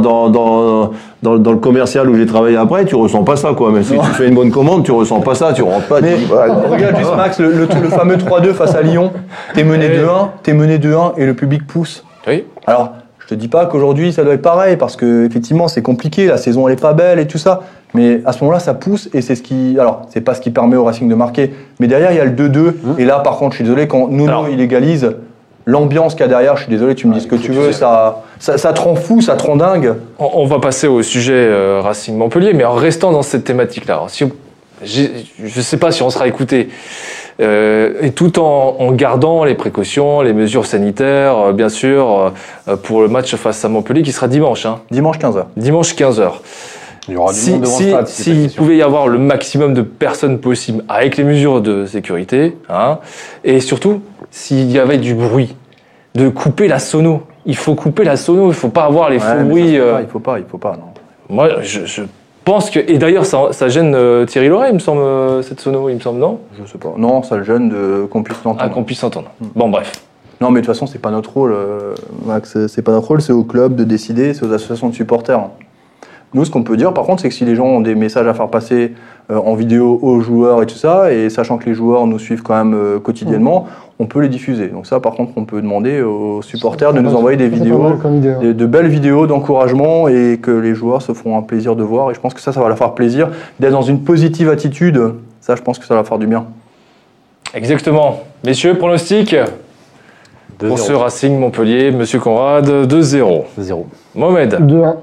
le commercial où j'ai travaillé après, tu ressens pas ça, quoi. Mais si tu fais une bonne commande, tu ressens pas ça, tu rentres pas. Mais regarde juste Max, le fameux 3-2 face à Lyon. T'es mené 2-1 et le public pousse. Oui. Alors, je te dis pas qu'aujourd'hui ça doit être pareil parce que effectivement c'est compliqué, la saison elle est pas belle et tout ça. Mais à ce moment-là, ça pousse et c'est ce qui. Alors, c'est pas ce qui permet au Racing de marquer. Mais derrière, il y a le 2-2. Et là, par contre, je suis désolé, quand Nuno il égalise, l'ambiance qu'il y a derrière, je suis désolé, tu me dis ce que tu veux, ça te rend fou, ça te rend dingue. On va passer au sujet Racing Montpellier, mais en restant dans cette thématique-là. Alors, je ne sais pas si on sera écouté. Et tout en gardant les précautions, les mesures sanitaires, bien sûr, pour le match face à Montpellier qui sera dimanche. Dimanche 15h. Dimanche 15h. Il y aura du monde devant le stade. S'il pouvait y avoir le maximum de personnes possible avec les mesures de sécurité, et surtout s'il y avait du bruit, de couper la sono. Il faut couper la sono, il ne faut pas avoir les faux bruits. Il faut pas, non. Moi, je pense que... Et d'ailleurs, ça gêne Thierry Loret, il me semble, cette sono, il me semble, non ? Je sais pas. Non, ça le gêne qu'on puisse l'entendre. Ah, qu'on puisse entendre. Bon, bref. Non, mais de toute façon, c'est pas notre rôle, Max. C'est pas notre rôle, c'est au club de décider, c'est aux associations de supporters. Nous, ce qu'on peut dire, par contre, c'est que si les gens ont des messages à faire passer en vidéo aux joueurs et tout ça, et sachant que les joueurs nous suivent quand même quotidiennement, on peut les diffuser. Donc ça, par contre, on peut demander aux supporters de nous envoyer des vidéos, de belles vidéos d'encouragement, et que les joueurs se feront un plaisir de voir. Et je pense que ça va leur faire plaisir d'être dans une positive attitude. Ça, je pense que ça va leur faire du bien. Exactement. Messieurs, pronostic pour ce Racing Montpellier, Monsieur Conrad, 2-0. 0. Mohamed 2-1.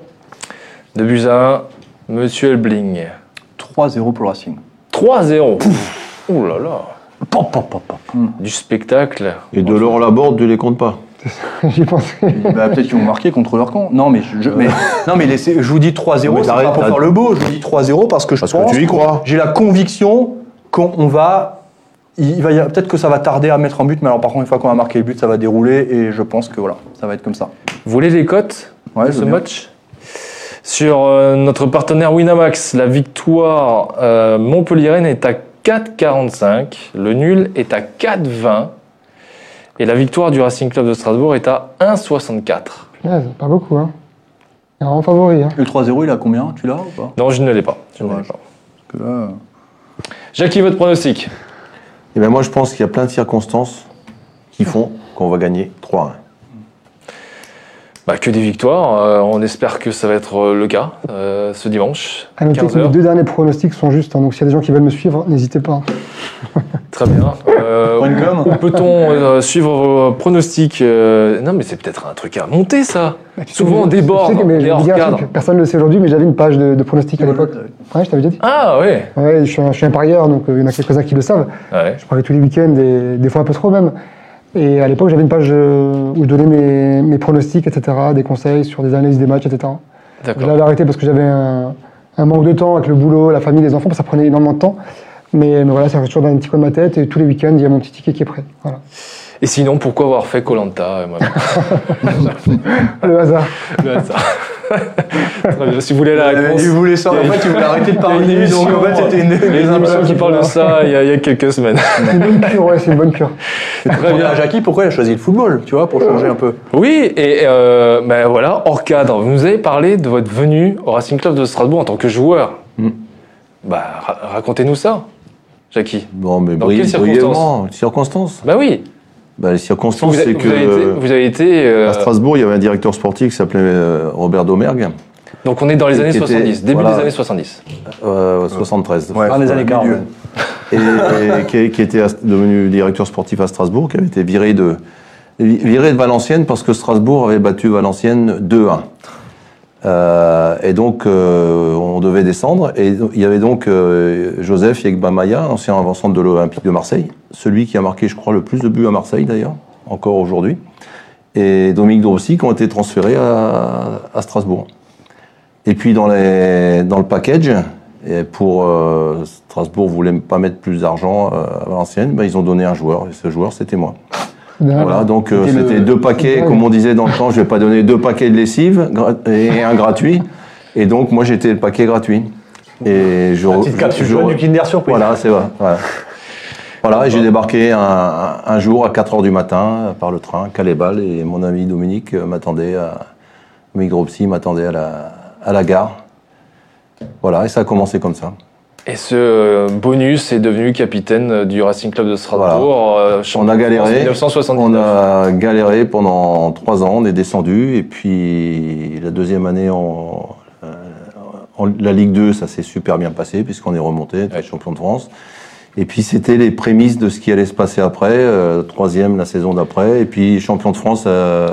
2-1, Monsieur Elbling. 3-0 pour le Racing. 3-0. Ouh là là. Du spectacle. Et de l'or Laborde, tu les comptes pas. J'y pensais. Peut-être qu'ils vont marquer contre leur camp. Non, mais je vous dis 3-0, c'est pas pour faire le beau. Je vous dis 3-0 parce que je pense que tu y crois. J'ai la conviction qu'on va... Peut-être que ça va tarder à mettre un but, mais alors par contre, une fois qu'on va marquer le but, ça va dérouler et je pense que voilà, ça va être comme ça. Vous voulez les cotes de ce match ? Sur notre partenaire Winamax, la victoire montpelliéraine est à 4,45, le nul est à 4,20 et la victoire du Racing Club de Strasbourg est à 1,64. Ouais, pas beaucoup, hein. Il y a un favori, hein. Le 3-0, il a combien ? Tu l'as ou pas ? Non, je ne l'ai pas. Parce que là... Jackie, votre pronostic ? Et ben moi, je pense qu'il y a plein de circonstances qui font qu'on va gagner 3-1. Que des victoires. On espère que ça va être le cas ce dimanche. À noter que les 2 derniers pronostics sont justes, hein, donc s'il y a des gens qui veulent me suivre, n'hésitez pas. Très bien. Où peut-on suivre vos pronostics Non, mais c'est peut-être un truc à monter, ça. Souvent, on déborde. Personne ne le sait aujourd'hui, mais j'avais une page de pronostics à l'époque. Ouais, je t'avais déjà dit. Ah, ouais. Ouais, je suis un parieur, donc il y en a quelques-uns qui le savent. Ouais. Je parie tous les week-ends, et des fois un peu trop même. Et à l'époque, j'avais une page où je donnais mes pronostics, etc., des conseils sur des analyses des matchs, etc. D'accord. Je l'avais arrêté parce que j'avais un manque de temps avec le boulot, la famille, les enfants, parce que ça prenait énormément de temps. Mais voilà, ça reste toujours dans un petit coin de ma tête, et tous les week-ends, il y a mon petit ticket qui est prêt. Voilà. Et sinon, pourquoi avoir fait Koh-Lanta Le hasard. Le hasard. Très bien. Si vous voulez la réponse. Il voulait ça, en fait, il voulait arrêter de parler, donc en fait, c'était une émission qui parle de ça il y a quelques semaines. C'est une bonne cure, ouais, c'est une bonne cure. Très bien. Jackie, pourquoi il a choisi le football, tu vois, pour changer un peu? Oui, et ben voilà, hors cadre, vous nous avez parlé de votre venue au Racing Club de Strasbourg en tant que joueur. Bah, racontez-nous ça, Jackie. Bon, mais Dans quelles circonstances? Bah oui. Bah, les circonstances, c'est que vous avez été à Strasbourg, il y avait un directeur sportif qui s'appelait Robert Domergue. Donc on est dans les années 70, début des années 70. 73. Fin des années 40. Et qui était devenu directeur sportif à Strasbourg, qui avait été viré de Valenciennes parce que Strasbourg avait battu Valenciennes 2-1. Et donc, on devait descendre. Et il y avait donc Joseph Yegbamaya, ancien avant-centre de l'Olympique de Marseille, celui qui a marqué, je crois, le plus de buts à Marseille, d'ailleurs, encore aujourd'hui, et Dominique Drossi, qui ont été transférés à Strasbourg. Et puis, dans le package, et pour Strasbourg ne voulait pas mettre plus d'argent à Valenciennes, ben, ils ont donné un joueur, et ce joueur, c'était moi. Voilà, donc c'était 2 paquets, comme on disait dans le temps, je ne vais pas donner 2 paquets de lessive et un gratuit. Et donc, moi, j'étais le paquet gratuit. Et petite capsule jaune du Kinder Surprise. Voilà, c'est vrai. Voilà, et j'ai débarqué un jour à 4h du matin par le train, Calais-Bâle, et mon ami Dominique m'attendait, Dominique Dropsy m'attendait à la gare. Voilà, et ça a commencé comme ça. Et ce bonus est devenu capitaine du Racing Club de Strasbourg. Voilà. On a galéré. 1979. On a galéré pendant 3 ans. On est descendu. Et puis la deuxième année en la Ligue 2, ça s'est super bien passé puisqu'on est remonté, champion de France. Et puis c'était les prémices de ce qui allait se passer après. 3e la saison d'après. Et puis champion de France.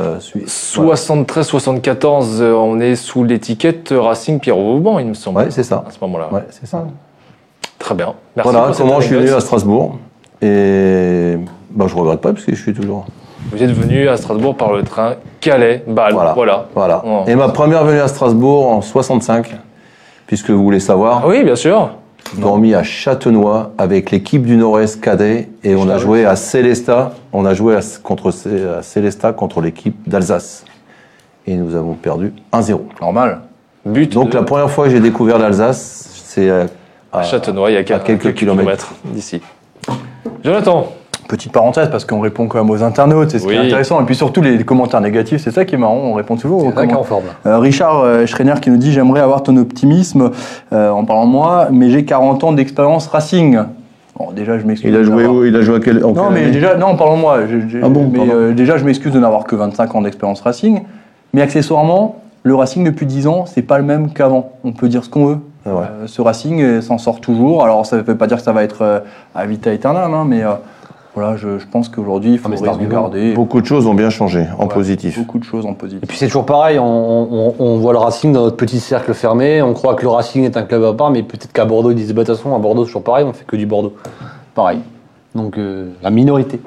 73-74, on est sous l'étiquette Racing Pierre Vauban, il me semble. Ouais, c'est ça. À ce moment-là. Ouais, c'est ça. Très bien. Merci. Voilà comment je suis venu à Strasbourg. Et bah, je ne regrette pas parce que je suis toujours. Vous êtes venu à Strasbourg par le train Calais-Bâle. Voilà. Oh. Et ma première venue à Strasbourg en 65, puisque vous voulez savoir. Ah oui, bien sûr. Dormi à Châtenois avec l'équipe du Nord-Est cadet et on a joué à Célestat. On a joué à Célestat contre l'équipe d'Alsace. Et nous avons perdu 1-0. Normal. Donc la première fois que j'ai découvert l'Alsace, c'est à Châtenois, il y a quelques kilomètres d'ici. Jonathan. Petite parenthèse, parce qu'on répond quand même aux internautes, c'est ce qui est intéressant. Et puis surtout, les commentaires négatifs, c'est ça qui est marrant, on répond toujours aux commentaires. Richard Schreiner qui nous dit « J'aimerais avoir ton optimisme en parlant de moi, mais j'ai 40 ans d'expérience Racing. » Bon, déjà, je m'excuse. Il a joué où? Il a joué à quel Non, mais déjà, non, parlons de moi. Déjà, je m'excuse de n'avoir que 25 ans d'expérience Racing. Mais accessoirement, le Racing depuis 10 ans, c'est pas le même qu'avant. On peut dire ce qu'on veut. Ce Racing s'en sort toujours. Alors, ça ne veut pas dire que ça va être à vita aeternam, hein, mais voilà, je pense qu'aujourd'hui, il faut regarder. Beaucoup de choses ont bien changé en positif. Beaucoup de choses en positif. Et puis c'est toujours pareil, on voit le Racing dans notre petit cercle fermé, on croit que le Racing est un club à part, mais peut-être qu'à Bordeaux, ils disent bah, de toute façon, à Bordeaux, c'est toujours pareil, on fait que du Bordeaux. Pareil. Donc la minorité.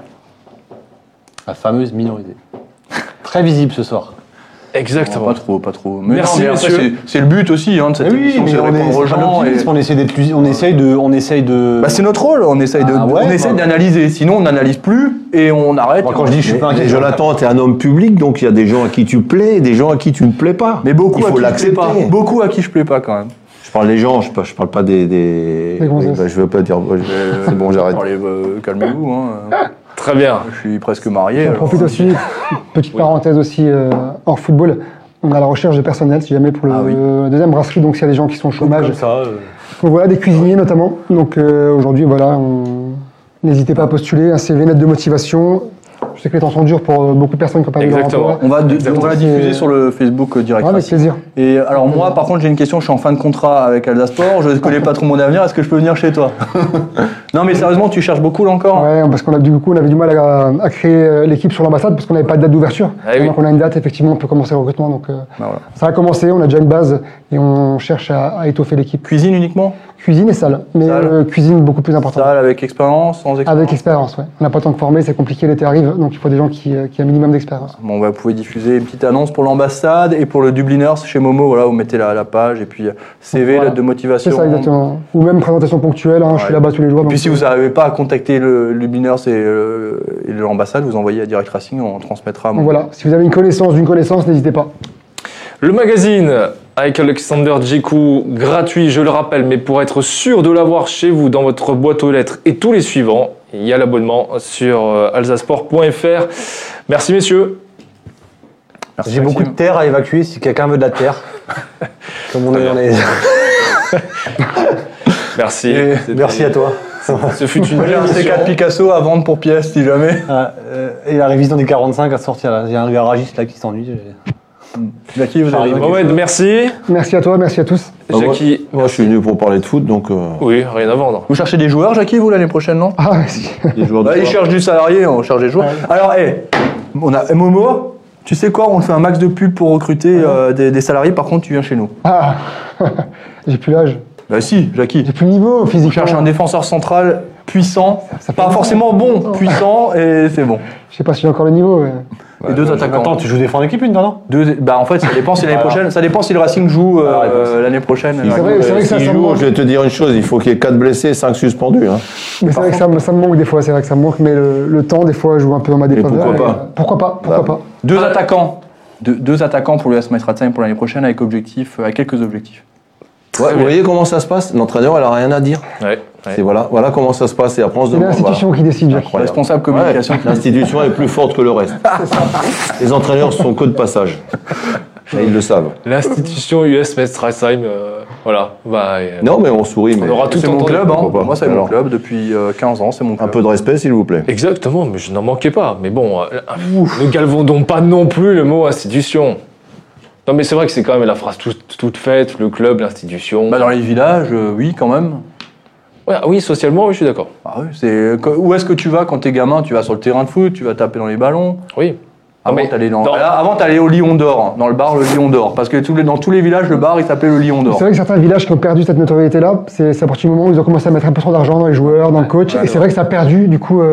La fameuse minorité. Très visible ce soir. Exactement. Pas trop. Mais merci, non, mais monsieur. C'est le but aussi de cette émission, c'est de répondre aux gens. On essaye de. Bah, c'est notre rôle, on essaye d'analyser. Sinon, on n'analyse plus et on arrête. Moi, quand je dis je suis pas inquiet. Jonathan, tu es un homme public, donc il y a des gens à qui tu plais et des gens à qui tu ne plais pas. Mais beaucoup il à faut qui l'accepter. je plais pas. Beaucoup à qui je plais pas quand même. Je parle des gens, je parle pas des je veux pas dire. C'est bon, j'arrête. Calmez-vous. Très bien. Je suis presque marié. J'en profite aussi, petite parenthèse aussi, hors football, on a la recherche de personnel, si jamais pour le deuxième brasserie, donc s'il y a des gens qui sont au chômage. Comme ça. Donc voilà, des cuisiniers notamment. Donc aujourd'hui, voilà, n'hésitez pas à postuler, un CV net de motivation. Je sais que les temps sont durs pour beaucoup de personnes qui n'ont pas eu leur emploi. On va la diffuser sur le Facebook direct. Avec plaisir. Et alors moi, par contre, j'ai une question. Je suis en fin de contrat avec Alda Sport. Je ne connais pas trop mon avenir. Est-ce que je peux venir chez toi? Non, mais sérieusement, tu cherches beaucoup là encore? Ouais, parce qu'on avait du mal à créer l'équipe sur l'ambassade parce qu'on n'avait pas de date d'ouverture. Donc on a une date, effectivement, on peut commencer le recrutement. Donc ça a commencé. On a déjà une base et on cherche à étoffer l'équipe. Cuisine uniquement? Cuisine et salle, mais cuisine beaucoup plus importante. Salle avec expérience, sans expérience? Avec expérience, ouais. On n'a pas tant de formés, c'est compliqué, l'été arrive, donc il faut des gens qui ont un minimum d'expérience. Bon, vous pouvez diffuser une petite annonce pour l'ambassade et pour le Dubliners chez Momo, voilà, vous mettez la page et puis CV, lettre de motivation. C'est ça, exactement. Ou même présentation ponctuelle, je suis là-bas tous les jours. Et puis si vous n'arrivez pas à contacter le Dubliners et l'ambassade, vous envoyez à Direct Racing, on transmettra. Donc voilà, si vous avez une connaissance d'une connaissance, n'hésitez pas. Le magazine avec Alexander Djekou, gratuit, je le rappelle, mais pour être sûr de l'avoir chez vous dans votre boîte aux lettres et tous les suivants, il y a l'abonnement sur alsasport.fr. Merci messieurs. J'ai beaucoup de terre à évacuer si quelqu'un veut de la terre. Comme on est dans les... Merci. Merci à toi. Ce fut une J'ai belle un émission. C4 Picasso à vendre pour pièce si jamais. Et la révision des 45 à sortir là. Il y a un garagiste là qui s'ennuie. Jackie, vous avez Mohamed, merci. Merci à toi, merci à tous. Jackie, Moi, je suis venu pour parler de foot, donc oui, rien à vendre. Vous cherchez des joueurs, Jackie, vous, l'année prochaine, non? Ah, merci. des joueurs de Bah, ils sport. cherchent du salarié, on cherche des joueurs. Alors, on a Momo, tu sais quoi, on fait un max de pub pour recruter des salariés, par contre, tu viens chez nous. Ah, j'ai plus l'âge. Bah si, Jackie. J'ai plus le niveau On physiquement. cherche un défenseur central puissant, Ça pas fait forcément bon, puissant, et c'est bon. Je sais pas si j'ai encore le niveau. Et deux attaquants. Attends, tu joues défendre équipe une, non? Bah en fait, ça dépend si l'année prochaine, ça dépend si le Racing joue l'année prochaine. C'est vrai que ça S'il me joue, manque. je vais te dire une chose, il faut qu'il y ait 4 blessés et 5 suspendus. Hein. Mais c'est vrai que ça me manque des fois, c'est vrai que ça me manque, mais le temps, des fois, joue un peu dans ma défaveur. pourquoi et, pas Pourquoi pas, pourquoi pas. Deux attaquants. Deux attaquants pour le AS Ratzheim pour l'année prochaine avec quelques objectifs. Ouais, vous voyez comment ça se passe? L'entraîneur, elle a rien à dire. Ouais. C'est voilà comment ça se passe. Et après, on se C'est demande. l'institution qui décide, Jacques. Incroyable. Responsable communication. Ouais, l'institution est plus forte que le reste. Les entraîneurs sont que de passage. Et ils le savent. L'institution US Metz-Ratzheim, voilà. Bah, Non, mais on sourit. Mais on aura tout C'est mon entendu. club, hein. pourquoi pas. Moi c'est mon Alors. club depuis 15 ans, c'est mon Un club. peu de respect, s'il vous plaît. Exactement, mais je n'en manquais pas. Mais bon, ne galvaudons pas non plus le mot institution. Non, mais c'est vrai que c'est quand même la phrase toute faite, le club, l'institution. Bah, dans les villages, oui quand même. Ouais, oui, socialement, oui, je suis d'accord. Ah oui, où est-ce que tu vas quand t'es gamin? Tu vas sur le terrain de foot, tu vas taper dans les ballons. Oui. Avant, mais t'allais dans- avant, t'allais au Lion d'Or, dans le bar le Lion d'Or. Parce que dans tous les villages, le bar, il s'appelait le Lion d'Or. C'est vrai que certains villages qui ont perdu cette notoriété-là, c'est à partir du moment où ils ont commencé à mettre un peu trop d'argent dans les joueurs, dans le coach, et c'est vrai que ça a perdu, du coup,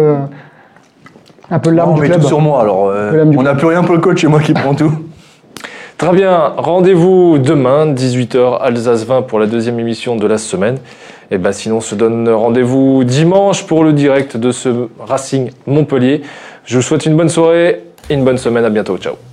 un peu l'âme Non, du mais club. tout sur moi, alors L'âme du on n'a plus rien pour le coach, c'est moi qui prends tout. Très bien, rendez-vous demain, 18h, Alsace 20 pour la deuxième émission de la semaine. Et ben sinon, on se donne rendez-vous dimanche pour le direct de ce Racing Montpellier. Je vous souhaite une bonne soirée et une bonne semaine. À bientôt. Ciao.